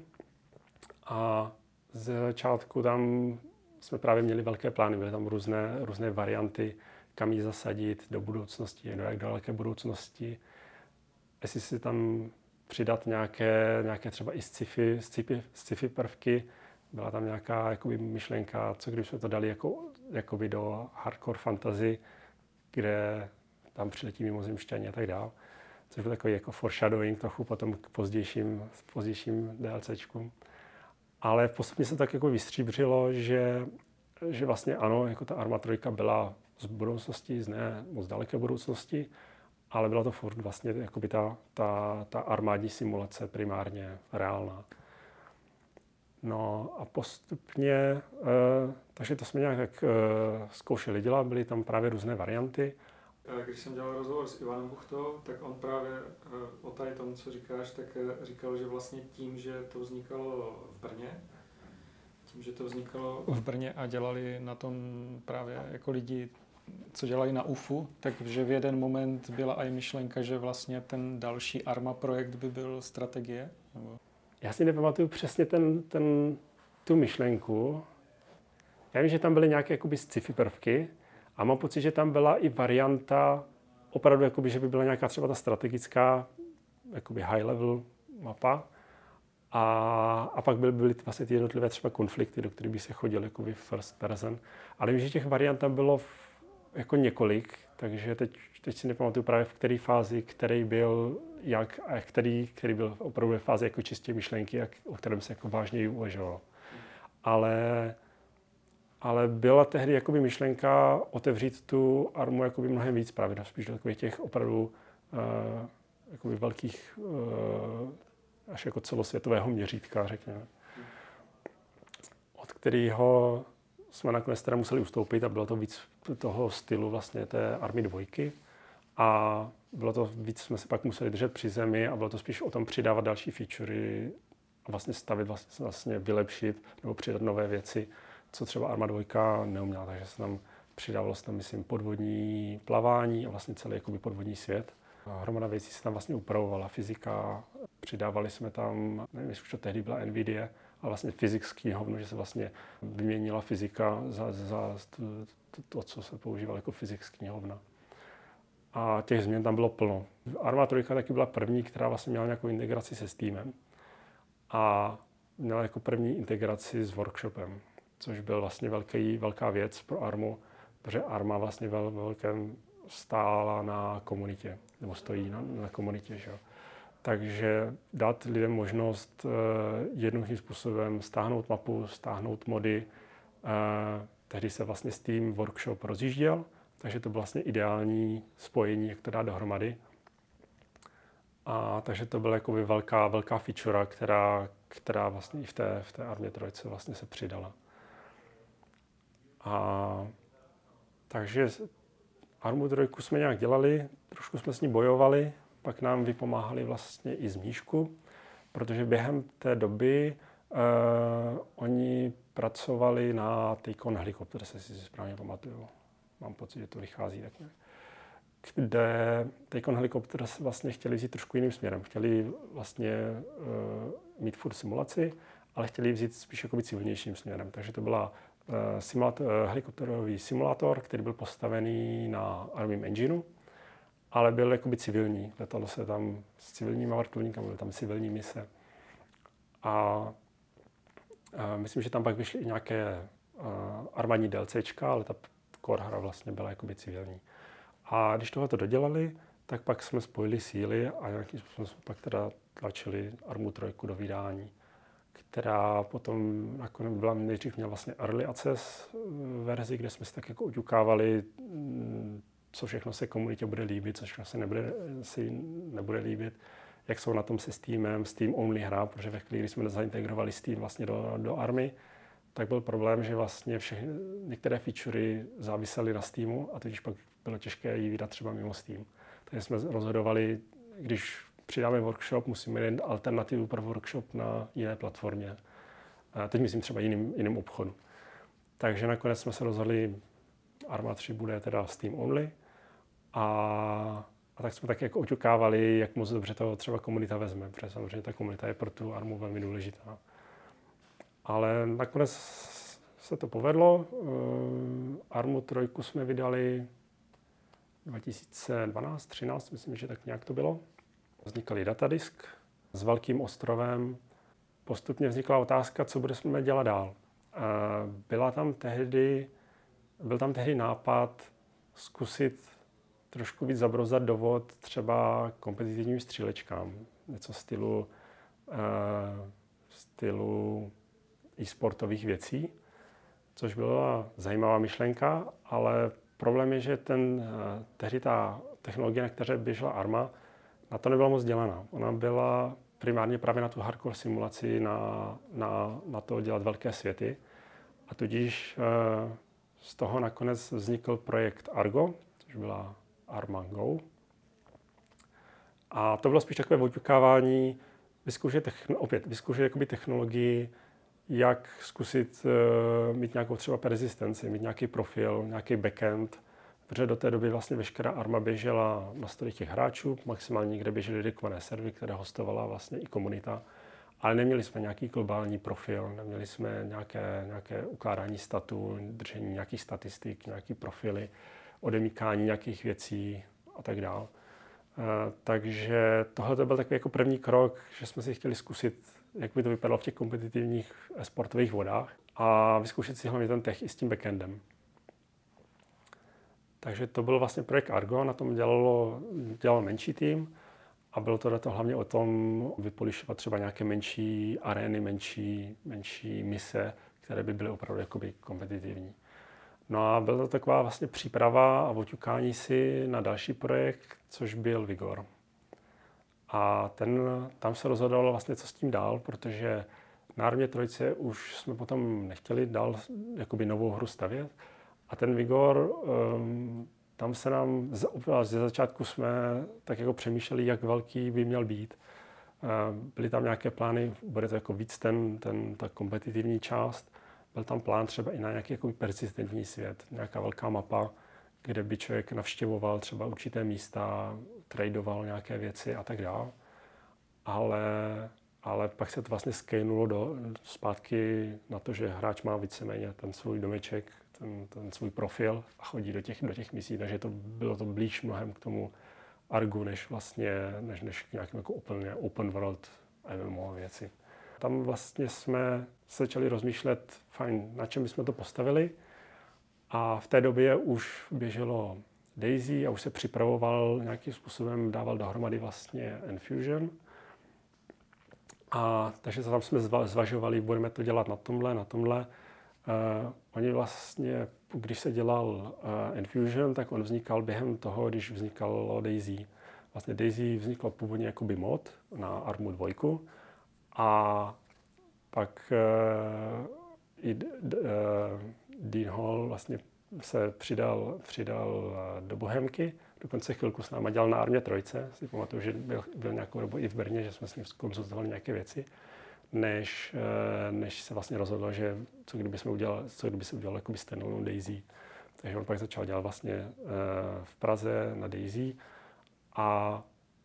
a ze začátku tam jsme právě měli velké plány, byly tam různé, různé varianty, kam ji zasadit do budoucnosti, do jak daleké budoucnosti. Jestli si tam přidat nějaké, nějaké třeba i sci-fi, sci-fi, sci-fi prvky, byla tam nějaká jakoby, myšlenka, co když jsme to dali jako, jakoby do hardcore fantasy, kde tam přiletí mimozemšťani a tak dále. Což byl takový jako foreshadowing trochu potom k pozdějším, pozdějším DLCčkům. Ale postupně se tak jako vystříbřilo, že, že vlastně ano, jako ta Arma trojka byla z budoucnosti, z ne moc daleké budoucnosti, ale byla to furt vlastně jakoby ta, ta, ta armádní simulace primárně reálná. No a postupně, e, takže to jsme nějak tak e, zkoušeli dělat, byly tam právě různé varianty. Když jsem dělal rozhovor s Ivanem Buchtou, tak on právě o tady tomu, co říkáš, tak říkal, že vlastně tím, že to vznikalo v Brně, tím, že to vznikalo v Brně a dělali na tom právě jako lidi, co dělali na U F U, takže v jeden moment byla i myšlenka, že vlastně ten další Arma projekt by byl strategie. Nebo... Já si nepamatuju přesně ten, ten, tu myšlenku. Já vím, že tam byly nějaké jakoby sci-fi prvky a mám pocit, že tam byla i varianta opravdu, jakoby, že by byla nějaká třeba ta strategická jakoby high level mapa a, a pak byly, byly vlastně ty jednotlivé třeba konflikty, do kterých by se chodil jakoby first person. Ale vím, že těch variant tam bylo v, jako několik, takže teď, teď si nepamatuju právě v které fázi, který byl jak a který, který byl opravdu ve fázi jako čistě myšlenky, jak, o kterém se jako vážněji uvažovalo. Ale, ale byla tehdy jakoby myšlenka otevřít tu Armu jakoby mnohem víc právě spíš do takových těch opravdu uh, jakoby velkých uh, až jako celosvětového měřítka, řekněme. Od kterého jsme nakonec teda museli ustoupit a bylo to víc toho stylu vlastně té Army dvojky. A bylo to víc, jsme se pak museli držet při zemi a bylo to spíš o tom přidávat další featurey a vlastně stavit, vlastně, vlastně vylepšit nebo přidat nové věci, co třeba Arma dvojka neuměla. Takže se tam přidávalo se tam, myslím, podvodní plavání a vlastně celý jakoby podvodní svět. A hromada věcí se tam vlastně upravovala, fyzika, přidávali jsme tam, nevím, jestli už to tehdy byla NVIDIA, ale vlastně physics knihovnu, že se vlastně vyměnila fyzika za, za to, to, co se používalo jako physics knihovna. A těch změn tam bylo plno. Arma trojka taky byla první, která vlastně měla nějakou integraci se Steamem a měla jako první integraci s Workshopem, což byl vlastně velký, velká věc pro Armu, protože Arma vlastně vel, velkém stála na komunitě, nebo stojí na, na komunitě, že jo. Takže dát lidem možnost uh, jednoduchým způsobem stáhnout mapu, stáhnout mody. Uh, tehdy se vlastně Steam Workshop rozjížděl, takže to bylo vlastně ideální spojení, jak to dát dohromady. A takže to byla jakoby velká, velká feature, která, která vlastně i v té, v té Armě trojce vlastně se přidala. A takže Armu trojku jsme nějak dělali, trošku jsme s ní bojovali, pak nám vypomáhali vlastně i z Mníšku, protože během té doby uh, oni pracovali na Tacon Helicopter, se si správně pamatuju. Mám pocit, že to vychází tak nějak. Kde Tacon Helicopter vlastně chtěli vzít trošku jiným směrem. Chtěli vlastně uh, mít furt simulaci, ale chtěli vzít spíš jakoby civilnějším směrem. Takže to byla uh, simulátor, uh, helikopterový simulátor, který byl postavený na Armym engineu, ale byl jakoby civilní. Letalo se tam s civilníma vrtulníkami, byly tam civilní mise. A uh, myslím, že tam pak vyšly i nějaké uh, armádní DLCčka, ale ta core hra vlastně byla jakoby civilní. A když tohle to dodělali, tak pak jsme spojili síly a nějakým způsobem jsme pak teda tlačili Armu trojku do vydání, která potom nakonec byla, nejdřív měla vlastně early access verzi, kde jsme si tak jako uťukávali, co všechno se komunitě bude líbit, co všechno se nebude, si nebude líbit, jak jsou na tom se Steamem, Steam only hra, protože ve chvíli, kdy jsme zaintegrovali Steam vlastně do, do Army, tak byl problém, že vlastně všechny, některé featurey závisely na Steamu a tudíž pak bylo těžké ji vydat třeba mimo Steam. Takže jsme rozhodovali, když přidáme workshop, musíme mít alternativu pro workshop na jiné platformě. A teď myslím třeba jiným, jiným obchodu. Takže nakonec jsme se rozhodli, Arma tři bude teda Steam only. A, a tak jsme tak jako oťukávali, jak moc dobře to třeba komunita vezme, protože samozřejmě ta komunita je pro tu Armu velmi důležitá. Ale nakonec se to povedlo. Armu trojku jsme vydali dva tisíce dvanáct třináct, myslím, že tak nějak to bylo. Vznikal datadisk s velkým ostrovem. Postupně vznikla otázka, co budeme dělat dál. Byla tam tehdy, byl tam tehdy nápad zkusit trošku víc zabrozdat do vod třeba kompetitivním střílečkám. Něco stylu, stylu e-sportových věcí, což byla zajímavá myšlenka, ale problém je, že ten, tehdy ta technologie, na které běžela Arma, na to nebyla moc dělaná. Ona byla primárně právě na tu hardcore simulaci, na, na, na to dělat velké světy. A tudíž e, z toho nakonec vznikl projekt Argo, což byla Arma Go. A to bylo spíš takové oťukávání, vyzkoušet, techn- opět vyzkoušet jakoby technologii, jak zkusit uh, mít nějakou třeba persistenci, mít nějaký profil, nějaký backend, protože do té doby vlastně veškerá Arma běžela na stole těch hráčů, maximálně někde běžely dedikované servery, které hostovala vlastně i komunita, ale neměli jsme nějaký globální profil, neměli jsme nějaké, nějaké ukládání statů, držení nějakých statistik, nějaký profily, odemykání nějakých věcí a tak dále. Uh, takže tohle to byl takový jako první krok, že jsme si chtěli zkusit, jak by to vypadalo v těch kompetitivních sportových vodách a vyzkoušet si hlavně ten tech i s tím backendem. Takže to byl vlastně projekt Argo, na tom dělalo, dělal menší tým a bylo to, to hlavně o tom vypolišovat třeba nějaké menší arény, menší, menší mise, které by byly opravdu jakoby kompetitivní. No a byla to taková vlastně příprava a oťukání si na další projekt, což byl Vigor. A ten, tam se rozhodovalo vlastně, co s tím dál, protože na Armě trojce už jsme potom nechtěli dál jakoby novou hru stavět. A ten Vigor, um, tam se nám, ze začátku jsme tak jako přemýšleli, jak velký by měl být. Uh, byly tam nějaké plány, bude to jako víc ten, ten, ta kompetitivní část. Byl tam plán třeba i na nějaký jako persistentní svět, nějaká velká mapa, kde by člověk navštěvoval třeba určité místa, tradoval nějaké věci a tak dále. Ale, ale pak se to vlastně skejnulo do, zpátky na to, že hráč má víceméně ten svůj domeček, ten, ten svůj profil a chodí do těch, do těch misí, takže to bylo to blíž mnohem k tomu Argu, než vlastně, než, než k nějakým jako úplně open world M M O věci. Tam vlastně jsme se začali rozmýšlet, fajn, na čem bychom to postavili. A v té době už běželo Daisy a už se připravoval nějakým způsobem, dával dohromady vlastně Enfusion. A takže tam jsme zvažovali, budeme to dělat na tomhle, na tomhle. Uh, oni vlastně, když se dělal uh, Enfusion, tak on vznikal během toho, když vznikalo Daisy. Vlastně Daisy vzniklo původně jakoby mod na Armu dva a pak uh, i d, d, uh, Dean Hall vlastně se přidal, přidal do Bohemky, dokonce chvilku s náma dělal na Armě trojce, si pamatuju, že byl, byl nějakou dobu i v Brně, že jsme s ním konzultovali nějaké věci, než, než se vlastně rozhodlo, že co kdyby jsme udělali, co kdyby se udělal jakoby standalone Daisy. Takže on pak začal dělat vlastně v Praze na Daisy a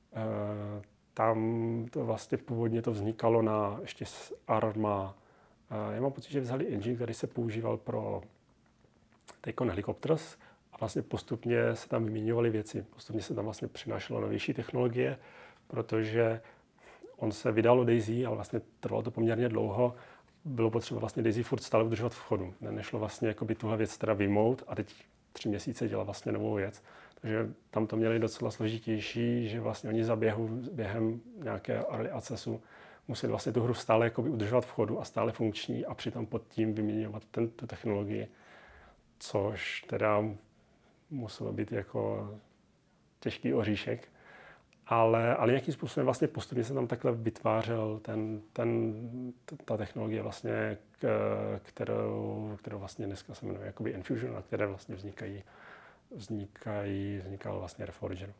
tam to vlastně původně to vznikalo na ještě Arma. Já mám pocit, že vzali engine, který se používal pro Tacon Helicopters a vlastně postupně se tam vyměňovaly věci. Postupně se tam vlastně přinášelo novější technologie, protože on se vydalo Daisy, ale vlastně trvalo to poměrně dlouho. Bylo potřeba vlastně Daisy furt stále udržovat v chodu. Nešlo vlastně jakoby tuhle věc teda vymout a teď tři měsíce dělat vlastně novou věc. Takže tam to měli docela složitější, že vlastně oni za běhu, během nějaké early accessu museli vlastně tu hru stále jakoby udržovat v chodu a stále funkční a přitom pod tím vyměňovat ten, tu technologii. Což teda muselo být jako těžký oříšek. Ale, ale nějakým způsobem vlastně postupně se tam takhle vytvářel ten, ten, ta technologie vlastně, kterou, kterou vlastně dneska se jmenuje jakoby Enfusion, a které vlastně vznikají, vznikají, vznikal vlastně Reforger.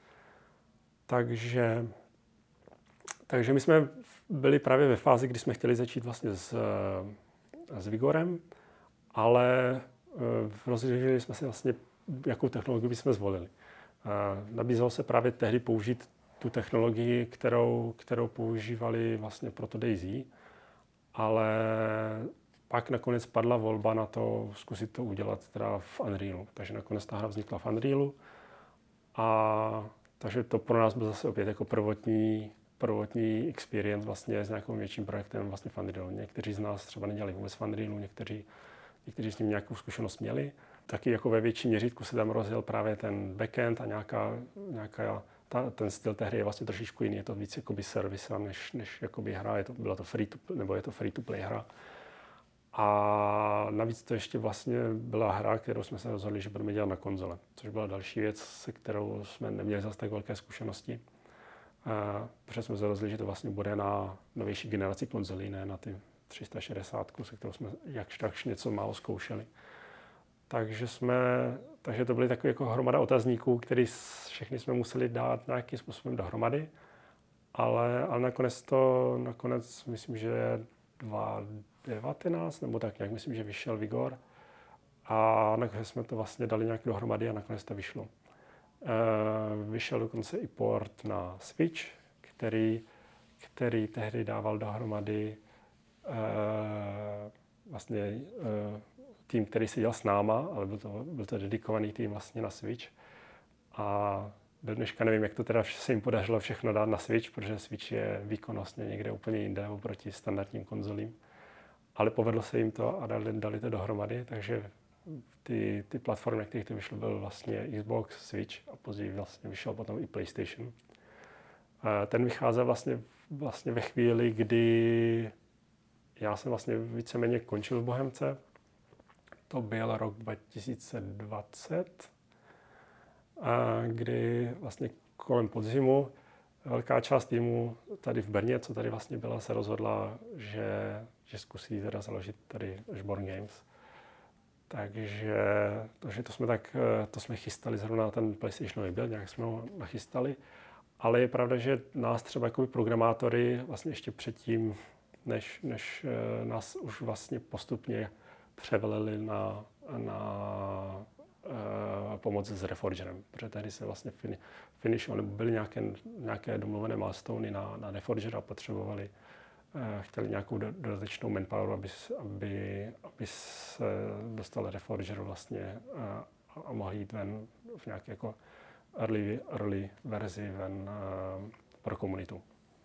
Takže, takže my jsme byli právě ve fázi, kdy jsme chtěli začít vlastně s, s Vigorem ale rozhodli jsme si vlastně, jakou technologii bychom zvolili. Nabízelo se právě tehdy použít tu technologii, kterou, kterou používali vlastně pro to DayZ, ale pak nakonec padla volba na to zkusit to udělat teda v Unrealu. Takže nakonec ta hra vznikla v Unrealu a takže to pro nás byl zase opět jako prvotní, prvotní experience vlastně s nějakým větším projektem vlastně v Unrealu. Někteří z nás třeba nedělali vůbec v Unrealu, někteří, někteří s ním nějakou zkušenost měli. Taky jako ve větším měřítku se tam rozjel právě ten backend a nějaká, nějaká ta, ten styl té hry je vlastně trošičku jiný. Je to víc jakoby service, než, než jakoby hra. Je to, byla to free to, nebo je to free to play hra. A navíc to ještě vlastně byla hra, kterou jsme se rozhodli, že budeme dělat na konzole. Což byla další věc, se kterou jsme neměli zase tak velké zkušenosti. A protože jsme se rozhodli, že to vlastně bude na novější generaci konzolí, ne na ty tři sta šedesát, se kterou jsme jakž takž něco málo zkoušeli. Takže, jsme, takže to byly takové jako hromada otazníků, které všechny jsme museli dát nějakým způsobem dohromady. Ale, ale nakonec to, nakonec myslím, že dva tisíce devatenáct nebo tak nějak, myslím, že vyšel Vigor. A nakonec jsme to vlastně dali nějak dohromady a nakonec to vyšlo. E, vyšel dokonce i port na Switch, který, který tehdy dával dohromady e, vlastně e, tým, který se dělal s náma, ale byl to, byl to dedikovaný tým vlastně na Switch. A do dneška nevím, jak to teda se jim podařilo všechno dát na Switch, protože Switch je výkonnostně někde úplně jinde oproti standardním konzolím. Ale povedlo se jim to a dali, dali to dohromady, takže ty, ty platformy, na kterých to vyšlo, byl vlastně Xbox, Switch a později vlastně vyšel potom i PlayStation. A ten vycházel vlastně, vlastně ve chvíli, kdy já jsem vlastně víceméně končil v Bohemce. To byl rok dva tisíce dvacet, a kdy vlastně kolem podzimu velká část týmu tady v Brně, co tady vlastně byla, se rozhodla, že, že zkusí teda založit tady Ashborn Games. Takže, takže to jsme tak, to jsme chystali zrovna ten PlayStationový build, nějak jsme ho nachystali. Ale je pravda, že nás třeba jako programátory vlastně ještě předtím, než, než nás už vlastně postupně převelili na, na uh, pomoc s Reforgerem, protože tehdy se vlastně fin, finishovali, nebo byly nějaké, nějaké domluvené milestony na, na Reforger a potřebovali, uh, chtěli nějakou do, dodatečnou manpower, aby, aby, aby se dostal Reforger vlastně uh, a mohli jít ven v nějaké jako early, early verzi ven uh, pro komunitu.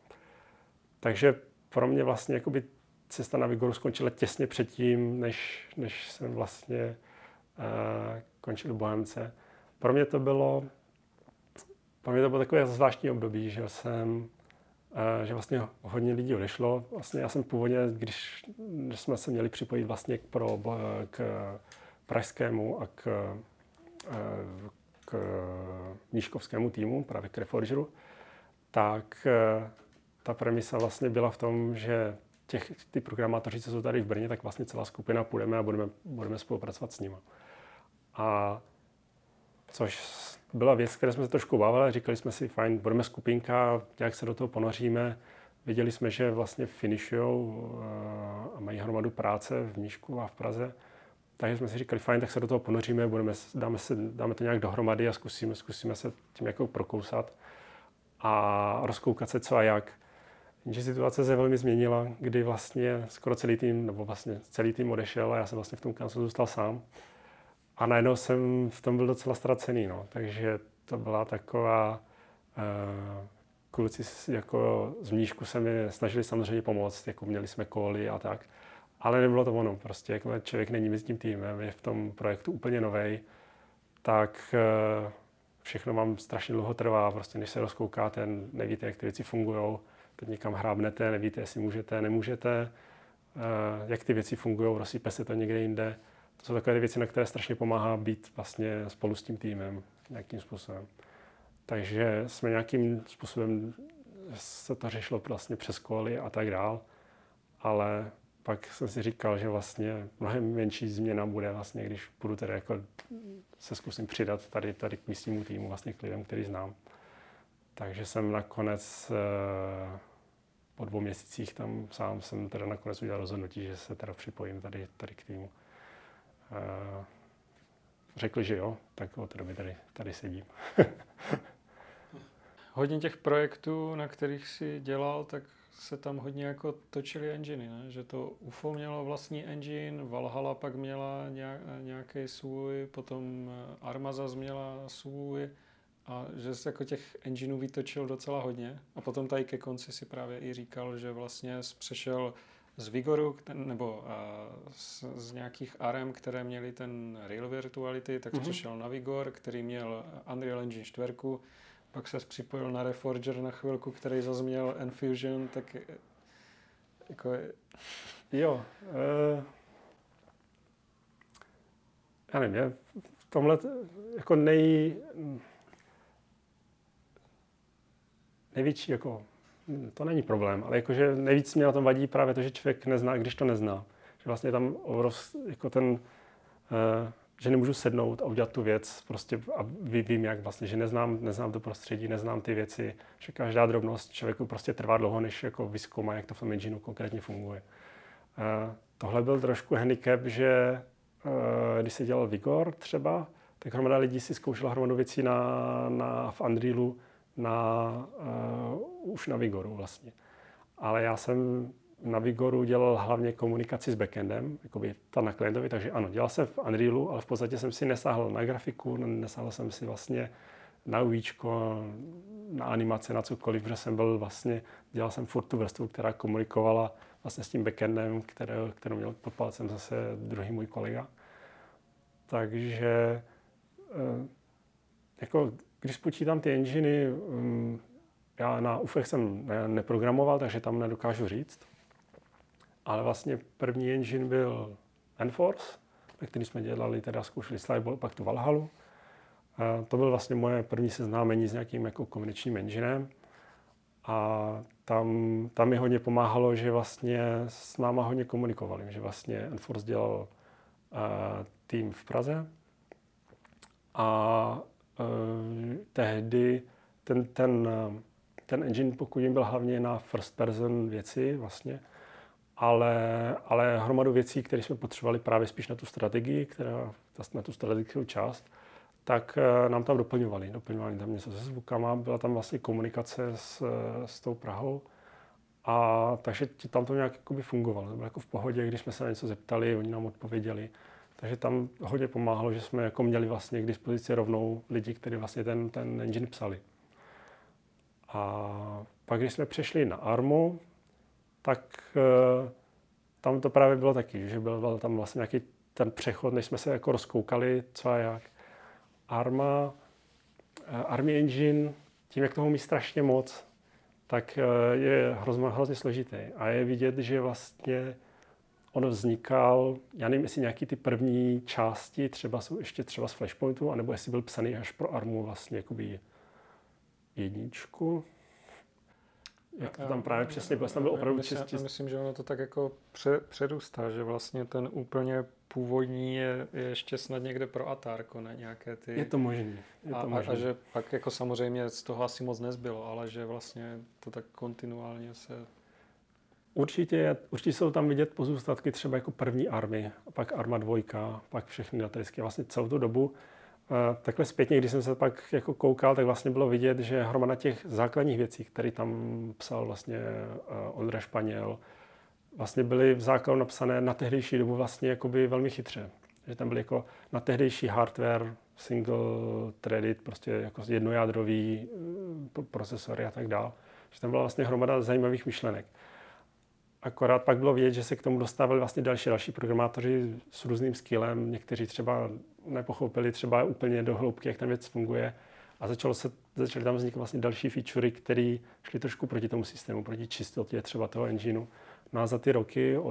Takže pro mě vlastně jakoby cesta na Vigoru skončila těsně předtím, než, než jsem vlastně uh, končil v Bohemce. Pro mě to bylo, pro mě to bylo takové zvláštní období, že jsem, uh, že vlastně hodně lidí odešlo. Vlastně já jsem původně, když, když jsme se měli připojit vlastně k, pro, k pražskému a k, uh, k nížkovskému týmu, právě k Reforgeru, tak uh, ta premisa vlastně byla v tom, že těch, ty programátoři, co jsou tady v Brně, tak vlastně celá skupina půjdeme a budeme, budeme spolupracovat s nimi. A což byla věc, které jsme se trošku bavili, říkali jsme si, fajn, budeme skupinka, nějak se do toho ponoříme. Viděli jsme, že vlastně finishujou a mají hromadu práce v Nížku a v Praze. Takže jsme si říkali, fajn, tak se do toho ponoříme, budeme, dáme, se, dáme to nějak dohromady a zkusíme, zkusíme se tím jako prokousat a rozkoukat se co a jak. Jenže situace se velmi změnila, kdy vlastně skoro celý tým, nebo vlastně celý tým odešel a já jsem vlastně v tom kanclu zůstal sám. A najednou jsem v tom byl docela ztracený, no. Takže to byla taková, uh, kluci jako z Mníšku se mi snažili samozřejmě pomoct, jako měli jsme koly a tak. Ale nebylo to ono, prostě jako člověk není mezi tím týmem, je v tom projektu úplně novej, tak uh, všechno vám strašně dlouho trvá, prostě než se rozkoukáte, nevíte, jak ty věci fungujou. Teď někam hrábnete, nevíte, jestli můžete, nemůžete, jak ty věci fungují, rozsype se to někde jinde. To jsou takové ty věci, na které strašně pomáhá být vlastně spolu s tím týmem nějakým způsobem. Takže jsme nějakým způsobem se to řešilo vlastně přes koly a tak dál, ale pak jsem si říkal, že vlastně mnohem menší změna bude vlastně, když budu tedy jako se zkusím přidat tady, tady k místnímu týmu, vlastně k lidem, který znám. Takže jsem nakonec po dvou měsících tam sám jsem teda nakonec udělal rozhodnutí, že se teda připojím tady, tady k týmu. uh, řekli, že jo, tak od té doby tady, tady sedím. Hodně těch projektů, na kterých si dělal, tak se tam hodně jako točily enginy, ne? Že to U F O mělo vlastní engine, Valhalla pak měla nějaký svůj, potom Arma zas měla svůj a že se jako těch engineů vytočil docela hodně. A potom tady ke konci si právě i říkal, že vlastně přešel z Vigoru, nebo z, z nějakých A R M, které měly ten Real Virtuality, tak mm-hmm. přešel na Vigor, který měl Unreal Engine čtyři, pak se připojil na Reforger na chvilku, který zase měl Enfusion, tak jako... Jo. Uh, já nevím, je v tomhle jako nej... největší jako... To není problém, ale jakože nejvíc mě na tom vadí právě to, že člověk nezná, když to nezná. Že vlastně tam obrov, jako ten... Uh, že nemůžu sednout a udělat tu věc prostě a vím, jak vlastně, že neznám, neznám to prostředí, neznám ty věci, že každá drobnost člověku prostě trvá dlouho, než jako vyzkoumá, jak to v tom engineu konkrétně funguje. Uh, tohle byl trošku handicap, že uh, když se dělal Vigor třeba, tak hromada lidí si zkoušela hromadu věcí na, na, v Unrealu, na, uh, už na Vigoru vlastně. Ale já jsem na Vigoru dělal hlavně komunikaci s backendem, jakoby ta na klientovi, takže ano, dělal jsem v Unrealu, ale v podstatě jsem si nesáhl na grafiku, nesáhl jsem si vlastně na UIčko, na animace, na cokoliv, protože jsem byl vlastně, dělal jsem furt tu vrstvu, která komunikovala vlastně s tím backendem, které, kterou měl pod palcem zase druhý můj kolega. Takže jako, když spočítám ty enginy, já na U Fech jsem neprogramoval, takže tam nedokážu říct. Ale vlastně první engine byl Enforce, ve který jsme dělali, teda zkoušeli Slideball, pak tu Valhallu. A to byl vlastně moje první seznámení s nějakým jako kombinačním enginem. A tam, tam mi hodně pomáhalo, že vlastně s náma hodně komunikovali, že vlastně Enforce dělal uh, tým v Praze. A uh, tehdy ten, ten, ten engine, pokud jim byl hlavně na first person věci vlastně, Ale, ale hromadu věcí, které jsme potřebovali právě spíš na tu strategii, která, na tu strategickou část, tak nám tam doplňovali. Doplňovali tam něco se zvukama, byla tam vlastně komunikace s, s tou Prahou. A takže tam to nějak jakoby fungovalo. To bylo jako v pohodě, když jsme se na něco zeptali, oni nám odpověděli. Takže tam hodně pomáhalo, že jsme jako měli vlastně k dispozici rovnou lidi, kteří vlastně ten, ten engine psali. A pak, když jsme přešli na Armu, tak uh, tam to právě bylo taky, že byl, byl tam vlastně nějaký ten přechod, než jsme se jako rozkoukali, co a jak. Arma, uh, Army Engine, tím, jak toho umí strašně moc, tak uh, je hrozně, hrozně složitý. A je vidět, že vlastně on vznikal, já nevím, jestli nějaký ty první části třeba jsou ještě třeba z Flashpointu, anebo jestli byl psaný až pro Armu vlastně jakoby jedničku. Jak to tam právě přesně bylo, tam byl opravdu čistě. Já myslím, že ono to tak jako pře, předůstá, že vlastně ten úplně původní je, je ještě snad někde pro Atárko, ne nějaké ty... Je to možný. Je a, to možný. A, a že pak jako samozřejmě z toho asi moc nezbylo, ale že vlastně to tak kontinuálně se... Určitě, určitě jsou tam vidět pozůstatky třeba jako první Army, pak Arma dva, pak všechny datajsky, vlastně celou tu dobu. Takhle zpětně, když jsem se pak jako koukal, tak vlastně bylo vidět, že hromada těch základních věcí, které tam psal vlastně Ondra Španěl, vlastně byly v základu napsané na tehdejší dobu vlastně jakoby velmi chytře. Že tam byly jako na tehdejší hardware, single threaded, prostě jako jednojádrový procesory a tak dál. Že tam byla vlastně hromada zajímavých myšlenek. Akorát pak bylo vidět, že se k tomu dostávali vlastně další další programátoři s různým skillem. Někteří třeba nepochopili třeba úplně do hloubky, jak ta věc funguje. A začalo se, začaly tam vznikat vlastně další featurey, které šly trošku proti tomu systému, proti čistotě třeba toho engineu. No a za ty roky, od,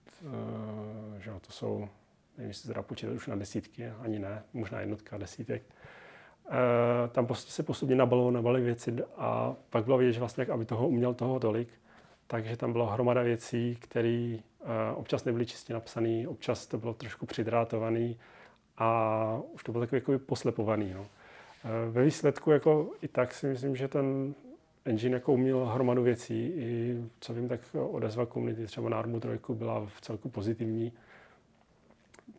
uh, že to jsou, nevím, jestli se dá počítat už na desítky, ani ne, možná jednotka desítek. Uh, tam prostě se postupně nabalo, nabaly věci a pak bylo vidět, že vlastně, aby toho uměl toho tolik, takže tam byla hromada věcí, které uh, občas nebyly čistě napsané, občas to bylo trošku přidrátované a už to bylo takový jako poslepovaný. No. Uh, ve výsledku jako i tak si myslím, že ten engine jako uměl hromadu věcí. I co vím, tak odezva komunity třeba na Armu tři byla v celku pozitivní.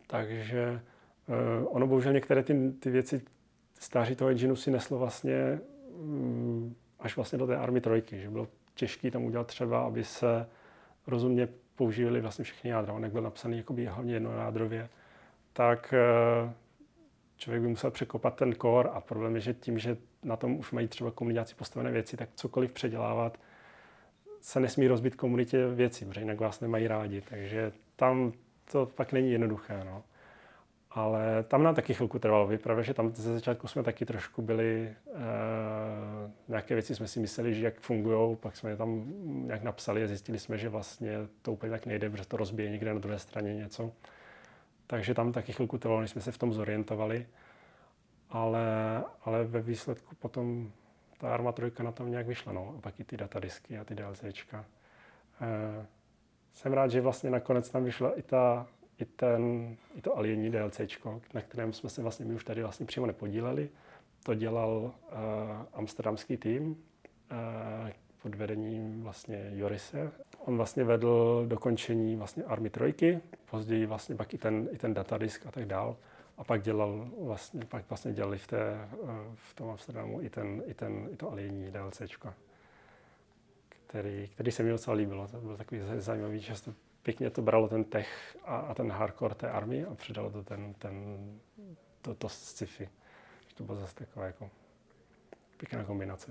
Takže uh, ono bohužel některé ty, ty věci stáří toho engineu si neslo vlastně um, až vlastně do té Army trojky, že bylo těžké tam udělat třeba, aby se rozumně používali vlastně všechny jádra. On jak byl napsaný jakoby hlavně jednojádrově, tak uh, člověk by musel překopat ten core a problém je, že tím, že na tom už mají třeba komunitáci postavené věci, tak cokoliv předělávat se nesmí rozbít komunitě věcí, protože jinak vás nemají rádi. Takže tam to pak není jednoduché. No. Ale tam nám taky chvilku trvalo. Vypravě, že tam ze začátku jsme taky trošku byli, eh, nějaké věci jsme si mysleli, že jak fungují, pak jsme je tam nějak napsali a zjistili jsme, že vlastně to úplně tak nejde, protože to rozbije někde na druhé straně něco. Takže tam taky chvilku trvalo, než jsme se v tom zorientovali. Ale, ale ve výsledku potom ta Arma trojka na tom nějak vyšla. No. A pak i ty datadisky a ty DLCčka. Eh, jsem rád, že vlastně nakonec tam vyšla i, ta, i, ten, i to alienní DLCčko, na kterém jsme se vlastně my už tady vlastně přímo nepodíleli. To dělal uh, amsterdamský tým uh, pod vedením vlastně Jorise. On vlastně vedl dokončení vlastně Army trojky, později vlastně pak i ten, i ten datadisk a tak dál. A pak dělal vlastně, pak vlastně dělali v, té, v tom Amsterdamu i, ten, i, ten, i to alienní DLCčko, který, který se mi docela líbilo. To bylo takový zajímavý, že to pěkně to bralo ten tech a, a ten hardcore té army a přidalo to ten, ten, to, to sci-fi. To bylo zase taková jako pěkná kombinace.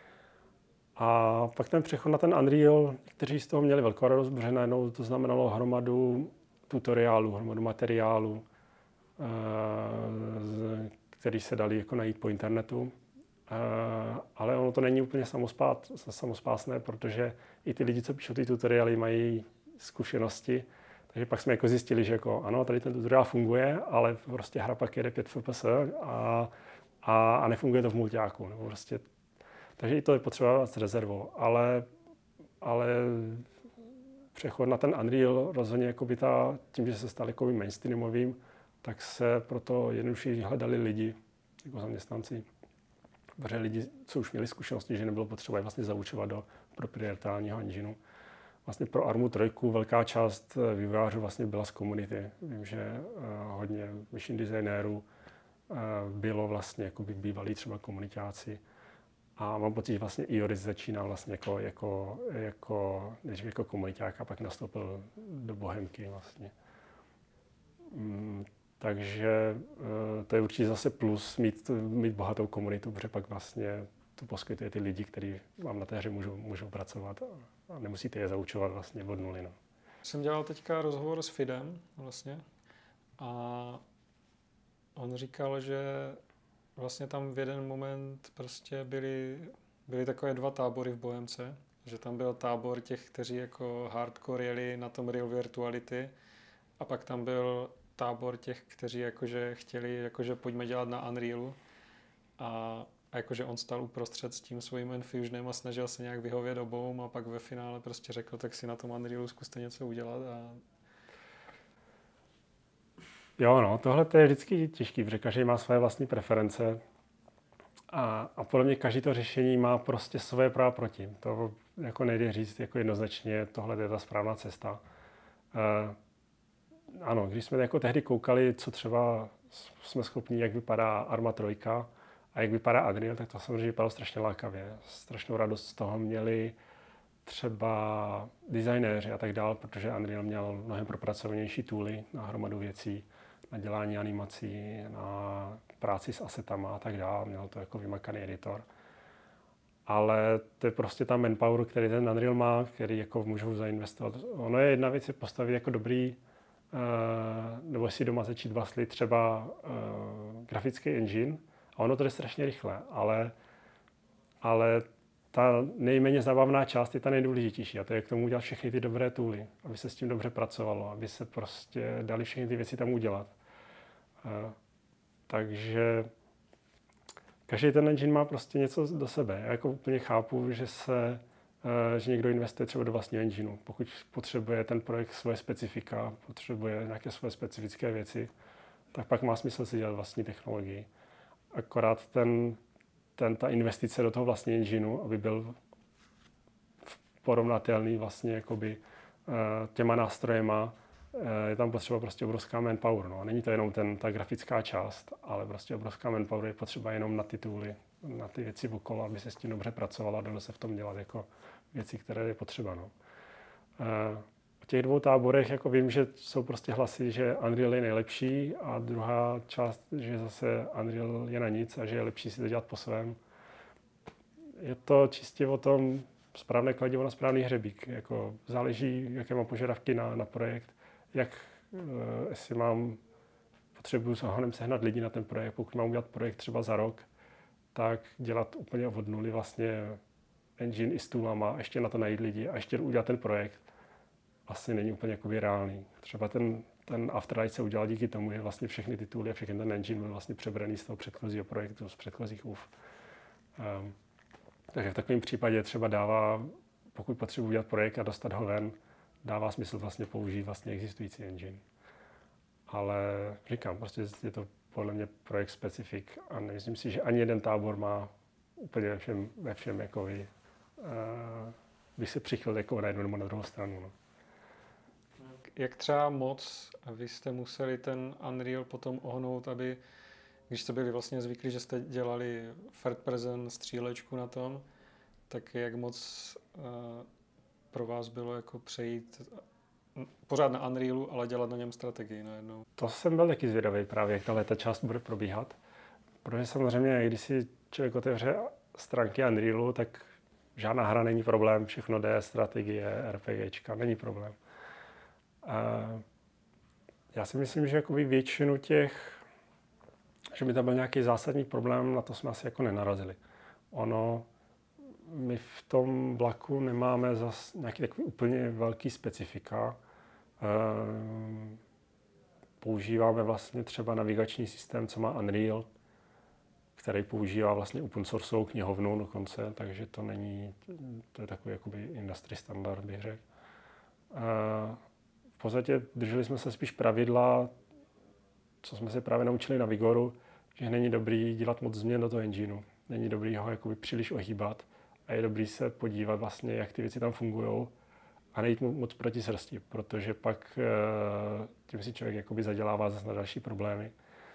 A pak ten přechod na ten Unreal, kteří z toho měli velkou radost, protože najednou to znamenalo hromadu tutoriálů, hromadu materiálů, který se dali jako najít po internetu. Ale ono to není úplně samospát, samospásné, protože i ty lidi, co píšou ty tutoriály, mají zkušenosti. Takže pak jsme jako zjistili, že jako, ano, tady ten tutoriál funguje, ale prostě hra pak jede pět F P S a, a, a nefunguje to v multiáku. Nebo prostě, takže i to je potřeba s rezervou. Ale, ale přechod na ten Unreal rozhodně jakoby ta, tím, že se stal jakoby mainstreamovým, tak se proto jednoduše hledali lidi, jako zaměstnanci. Protože lidi, co už měli zkušenosti, že nebylo potřeba je vlastně zaučovat do proprietárního engineu. Vlastně pro Armu trojku velká část vývojářů vlastně byla z komunity. Vím, že uh, hodně machine designérů uh, bylo vlastně jako by bývalí třeba komunitáci. A mám pocit, že vlastně i Joris začínal vlastně jako, jako, jako, než jako komuniták a pak nastoupil do Bohemky vlastně. Mm, takže uh, to je určitě zase plus mít, mít bohatou komunitu, protože pak vlastně to poskytuje ty lidi, kteří vám na té hře můžou, můžou pracovat a, a nemusíte je zaučovat vlastně od nuly. No. Jsem dělal teďka rozhovor s Fidem vlastně a on říkal, že vlastně tam v jeden moment prostě byly, byly takové dva tábory v Bohemce, že tam byl tábor těch, kteří jako hardcore jeli na tom Real Virtuality a pak tam byl tábor těch, kteří jakože chtěli, jakože pojďme dělat na Unrealu a A jakože on stál uprostřed s tím svým Enfusionem a snažil se nějak vyhovět obou a pak ve finále prostě řekl, tak si na tom Unrealu zkuste něco udělat. A... Jo, no, tohle to je vždycky těžký, protože každý má své vlastní preference a, a podle mě každý to řešení má prostě svoje práva proti. To jako nejde říct jako jednoznačně, tohle je ta správná cesta. Uh, ano, když jsme jako tehdy koukali, co třeba jsme schopni, jak vypadá Arma trojka, a jak vypadá Unreal, tak to samozřejmě vypadalo strašně lákavě. Strašnou radost z toho měli třeba designéři a tak dál, protože Unreal měl mnohem propracovanější tooly na hromadu věcí, na dělání animací, na práci s asetama a tak dál. Měl to jako vymakaný editor. Ale to je prostě ta manpower, který ten Unreal má, který jako můžou zainvestovat. Ono je jedna věc je postavit jako dobrý, uh, nebo si doma začít vlastlit třeba uh, grafický engine, a ono to jde strašně rychle, ale, ale ta nejméně zábavná část je ta nejdůležitější a to je k tomu udělat všechny ty dobré tooly, aby se s tím dobře pracovalo, aby se prostě dali všechny ty věci tam udělat. Uh, takže každý ten engine má prostě něco do sebe. Já jako úplně chápu, že se, uh, že někdo investuje třeba do vlastního engineu. Pokud potřebuje ten projekt svoje specifika, potřebuje nějaké svoje specifické věci, tak pak má smysl si dělat vlastní technologii. Akorát ten, ten, ta investice do toho vlastního engineu, aby byl porovnatelný vlastně jakoby, uh, těma nástrojema je tam potřeba prostě obrovská manpower. No. Není to jenom ten, ta grafická část, ale prostě obrovská manpower je potřeba jenom na ty tooly, na ty věci okolo, aby se s tím dobře pracovala a dalo se v tom dělat jako věci, které je potřeba. No. O těch dvou táborech jako vím, že jsou prostě hlasy, že Unreal je nejlepší a druhá část, že zase Unreal je na nic a že je lepší si to dělat po svém. Je to čistě o tom správné kladivo na správný hřebík. Jako záleží, jaké mám požadavky na, na projekt, jak jestli mám potřebuji s ohonem sehnat lidi na ten projekt. Pokud mám udělat projekt třeba za rok, tak dělat úplně od nuly vlastně engine i s toolama, a ještě na to najít lidi a ještě udělat ten projekt asi není úplně jakoby reálný. Třeba ten, ten Afterlight se udělal díky tomu, že vlastně všechny ty tooly a všechny ten engine byl vlastně přebraný z toho předchozího projektu, z předchozích úv. Um, takže v takovém případě třeba dává, pokud potřebuji udělat projekt a dostat ho ven, dává smysl vlastně použít vlastně existující engine. Ale říkám, prostě je to podle mě projekt specifik a nemyslím si, že ani jeden tábor má úplně ve všem, ve všem jako vy, uh, by se přichyl jako na jednu nebo na druhou stranu. No. Jak třeba moc vy jste museli ten Unreal potom ohnout, aby, když jste byli vlastně zvyklí, že jste dělali third person střílečku na tom, tak jak moc uh, pro vás bylo jako přejít pořád na Unrealu, ale dělat na něm strategii najednou? To jsem byl taky zvědavý právě, jak tahle ta část bude probíhat. Protože samozřejmě, když si člověk otevře stránky Unrealu, tak žádná hra není problém, všechno jde, strategie, RPGčka, není problém. Uh, já si myslím, že jakoby většinu těch, že by tam byl nějaký zásadní problém, na to jsme asi jako nenarazili. Ono, my v tom vlaku nemáme zas nějaký takový úplně velký specifika. Uh, používáme vlastně třeba navigační systém, co má Unreal, který používá vlastně open sourceovou knihovnu dokonce, takže to není, to je takový jakoby industry standard, bych řekl. Uh, V podstatě drželi jsme se spíš pravidla, co jsme se právě naučili na Vigoru, že není dobrý dělat moc změn do toho engineu. Není dobrý ho jakoby příliš ohýbat a je dobrý se podívat vlastně, jak ty věci tam fungují a nejít moc proti srsti, protože pak tím si člověk jakoby zadělává zase na další problémy.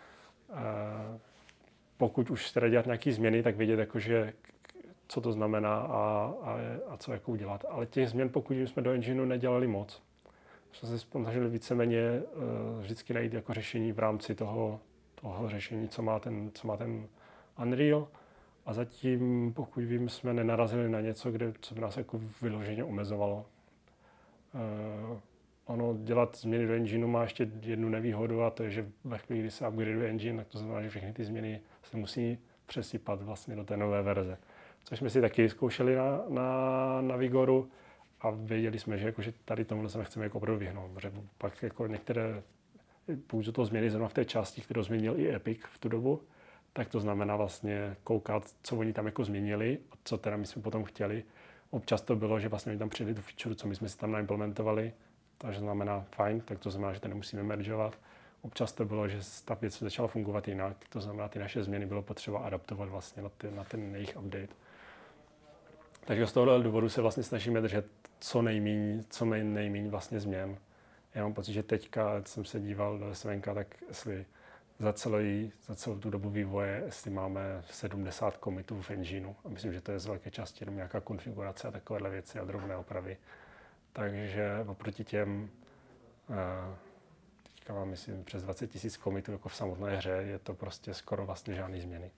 Pokud už chcete dělat nějaké změny, tak vědět, jakože, co to znamená a, a, a co jako udělat. Ale těch změn, pokud jsme do engineu nedělali moc, jsme se snažili víceméně uh, vždycky najít jako řešení v rámci toho, toho řešení, co má, ten, co má ten Unreal. A zatím, pokud vím, jsme nenarazili na něco, kde, co by nás jako vyloženě omezovalo. Uh, ono dělat změny do engineu má ještě jednu nevýhodu a to je, že ve chvíli, kdy se upgradeuje engine, tak to znamená, že všechny ty změny se musí přesypat vlastně do té nové verze. Což jsme si taky zkoušeli na, na, na Vigoru. A věděli jsme, že, jako, že tady tomuhle se nechceme jako opravdu vyhnout, protože pak jako některé, pouze to změny zrovna v té části, kterou změnil i Epic v tu dobu, tak to znamená vlastně koukat, co oni tam jako změnili a co teda my jsme potom chtěli. Občas to bylo, že vlastně oni tam přidali tu feature, co my jsme si tam naimplementovali, takže znamená fajn, tak to znamená, že to nemusíme meržovat. Občas to bylo, že ta věc začala fungovat jinak, to znamená, ty naše změny bylo potřeba adaptovat vlastně na, ty, na ten jejich update. Takže z tohohle důvodu se vlastně snažíme držet co nejméně, co nejméně vlastně změn. Já mám pocit, že teďka, když jsem se díval do Svenka, tak jestli za, celý, za celou tu dobu vývoje, jestli máme sedmdesát commitů v engineu. A myslím, že to je z velké části jenom nějaká konfigurace a takovéhle věci a drobné opravy. Takže oproti těm, teďka mám myslím přes dvacet tisíc commitů jako v samotné hře, je to prostě skoro vlastně žádný změny.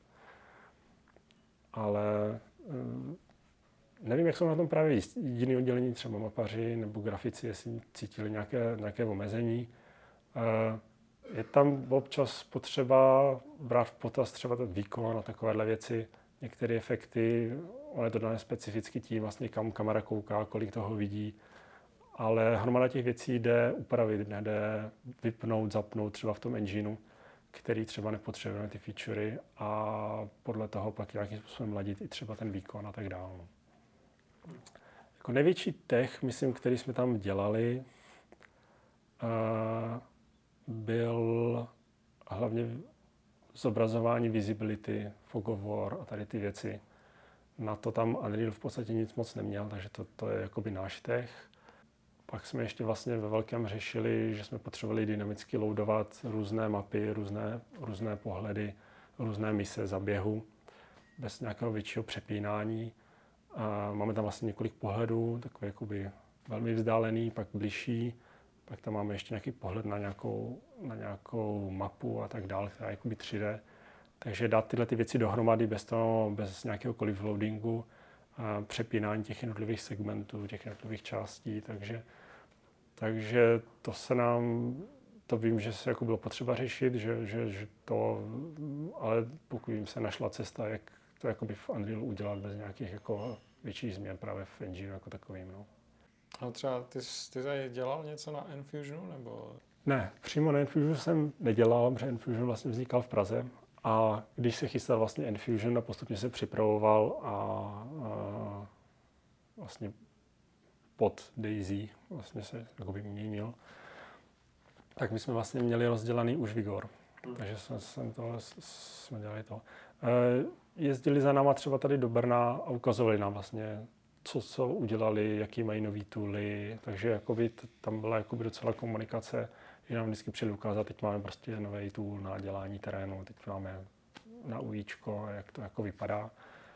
Ale nevím, jak jsou na tom právě jiný oddělení, třeba mapaři nebo grafici, jestli cítili nějaké, nějaké omezení. Je tam občas potřeba brát v potaz třeba ten výkon a takovéhle věci. Některé efekty, on je to dané specificky tím, vlastně kam kamera kouká, kolik toho vidí. Ale hromada těch věcí jde upravit, jde vypnout, zapnout třeba v tom engineu, který třeba nepotřebujeme ty featurey a podle toho pak nějakým způsobem ladit i třeba ten výkon a tak dále. Jako největší tech, myslím, který jsme tam dělali, byl hlavně zobrazování visibility, fog of war a tady ty věci. Na to tam Unreal v podstatě nic moc neměl, takže to, to je jakoby náš tech. pak jsme ještě vlastně ve velkém řešili, že jsme potřebovali dynamicky loadovat různé mapy, různé, různé pohledy, různé mise zaběhu, bez nějakého většího přepínání. A máme tam vlastně několik pohledů, takový jakoby velmi vzdálený, pak bližší, pak tam máme ještě nějaký pohled na nějakou, na nějakou mapu a tak dále, která je jakoby tři dé. Takže dát tyhle ty věci dohromady bez toho, bez nějakéhokoliv loadingu, a přepínání těch jednotlivých segmentů, těch jednotlivých částí, takže, takže to se nám, to vím, že se jako bylo potřeba řešit, že, že, že to, ale pokud jim se našla cesta, jak to jakoby v Unrealu udělat bez nějakých jako větších změn právě v engineu jako takovým. No. A třeba ty, ty tady dělal něco na Enfusionu, nebo? Ne, přímo na Enfusionu jsem nedělal, protože Enfusion vlastně vznikal v Praze. A když se chystal vlastně Enfusion a postupně se připravoval a, a vlastně pod Daisy vlastně se jakoby měnil, tak my jsme vlastně měli rozdělaný už Vigor. Hmm. Takže jsme, jsme, to, jsme dělali to. E, jezdili za náma třeba tady do Brna a ukazovali nám vlastně, co, co udělali, jaký mají nový tooly, takže jakoby t- tam byla jakoby docela komunikace, že nám vždycky přijeli ukázat, teď máme prostě nový tool na dělání terénu, teď máme na UIčko, jak to jako vypadá.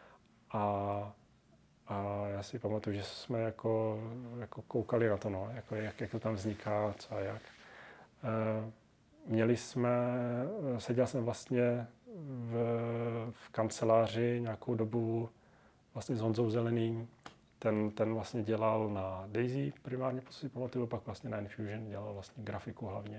A, a já si pamatuju, že jsme jako, jako koukali na to, no, jako jak, jak to tam vzniká, co a jak. E, měli jsme, seděl jsem vlastně v, v kanceláři nějakou dobu vlastně s Honzou Zeleným. Ten, ten vlastně dělal na Daisy primárně, co si pamatuju, pak vlastně na Enfusion dělal vlastně grafiku hlavně.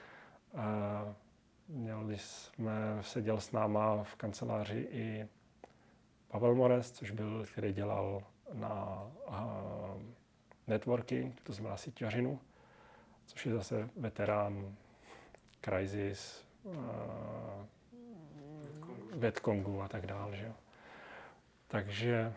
E, měli jsme, seděl s náma v kanceláři i Pavel Mores, což byl, který dělal na a, networking, to znamená síťařinu, což je zase veterán Crysis, Vietcongu a tak dále. Že jo. Takže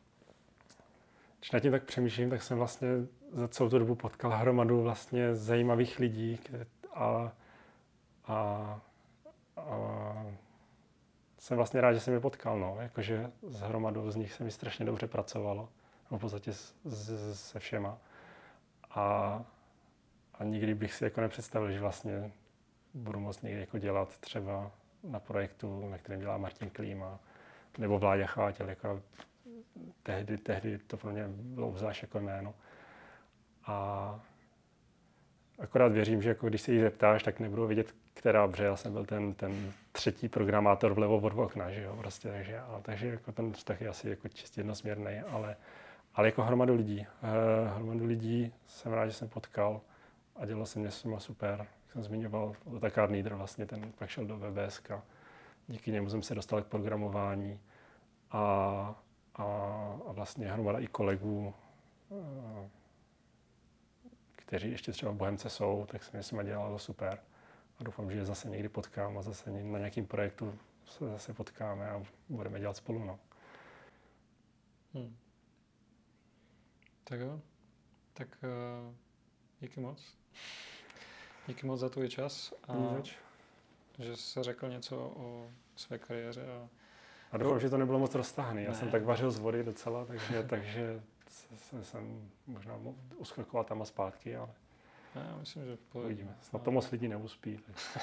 když nad tím tak přemýšlím, tak jsem vlastně za celou tu dobu potkal hromadu vlastně zajímavých lidí a, a, a jsem vlastně rád, že jsem je potkal, no. Jakože s hromadou z nich se mi strašně dobře pracovalo, v podstatě s, s, se všema. A, a nikdy bych si jako nepředstavil, že vlastně budu moct někdy jako dělat třeba na projektu, na kterém dělá Martin Klíma, nebo Vláďa Chvátil, jako tehdy, tehdy to pro mě bylo obzvlášť jako jméno. A akorát věřím, že jako když se jí zeptáš, tak nebudu vědět, která, protože já jsem byl ten, ten třetí programátor vlevo od okna, že jo, prostě, takže, a, takže jako ten vztah je asi jako čistě jednosměrný, ale, ale jako hromadu lidí. Eh, hromadu lidí jsem rád, že jsem potkal a dělal jsem mě s nimi super. Jak jsem zmiňoval, Otakar Nieder vlastně, ten pak šel do VBSK. Díky němu jsem se dostal k programování a, a, a vlastně hromada i kolegů, eh, kteří ještě třeba v Bohemce jsou, tak se mi s nimi dělalo super. A doufám, že je zase někdy potkám a zase na nějakém projektu se zase potkáme a budeme dělat spolu. No. Hmm. Tak jo, tak uh, díky moc. Díky moc za tvůj čas a Díky. že jsi řekl něco o své kariéře. A, a doufám, jo. že to nebylo moc roztáhný. Já ne. jsem tak vařil z vody docela, takže, takže jsem, jsem možná uskakoval tam a zpátky, ale já myslím, že po... uvidíme. Snad to moc lidí neuspí.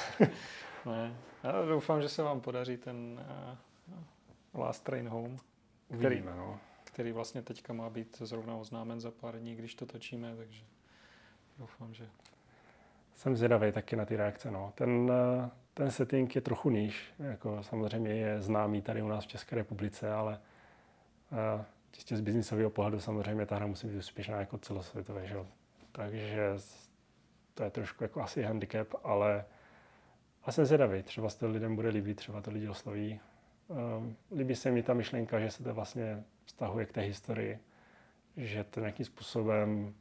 Ne. Já doufám, že se vám podaří ten uh, Last Train Home, který, uvidíme, no. který vlastně teďka má být zrovna oznámen za pár dní, když to točíme, takže doufám, že... Jsem zvědavý taky na ty reakce. No. Ten, ten setting je trochu níž, jako samozřejmě je známý tady u nás v České republice, ale uh, čistě z biznisového pohledu samozřejmě ta hra musí být úspěšná jako celosvětově. Že? Takže to je trošku jako asi handicap, ale, ale jsem zvědavý. Třeba se to lidem bude líbit, třeba to lidi osloví. Um, líbí se mi ta myšlenka, že se to vlastně vztahuje k té historii, že to nějakým způsobem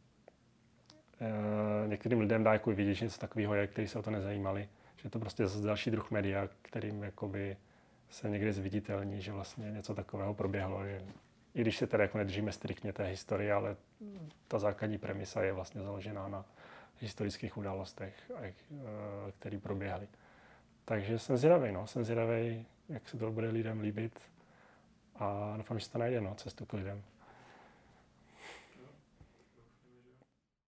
uh, některým lidem dá jako vidět, že něco takového je, kteří se o to nezajímali. Že to prostě zase další druh média, kterým jakoby se někde zviditelní, že vlastně něco takového proběhlo. Že, i když se teda jako nedržíme striktně té historie, ale ta základní premisa je vlastně založená na historických událostech, které proběhly. Takže jsem zvědavý, no. Jsem zvědavý, jak se to bude lidem líbit a doufám, že se to najde, no, cestu k lidem.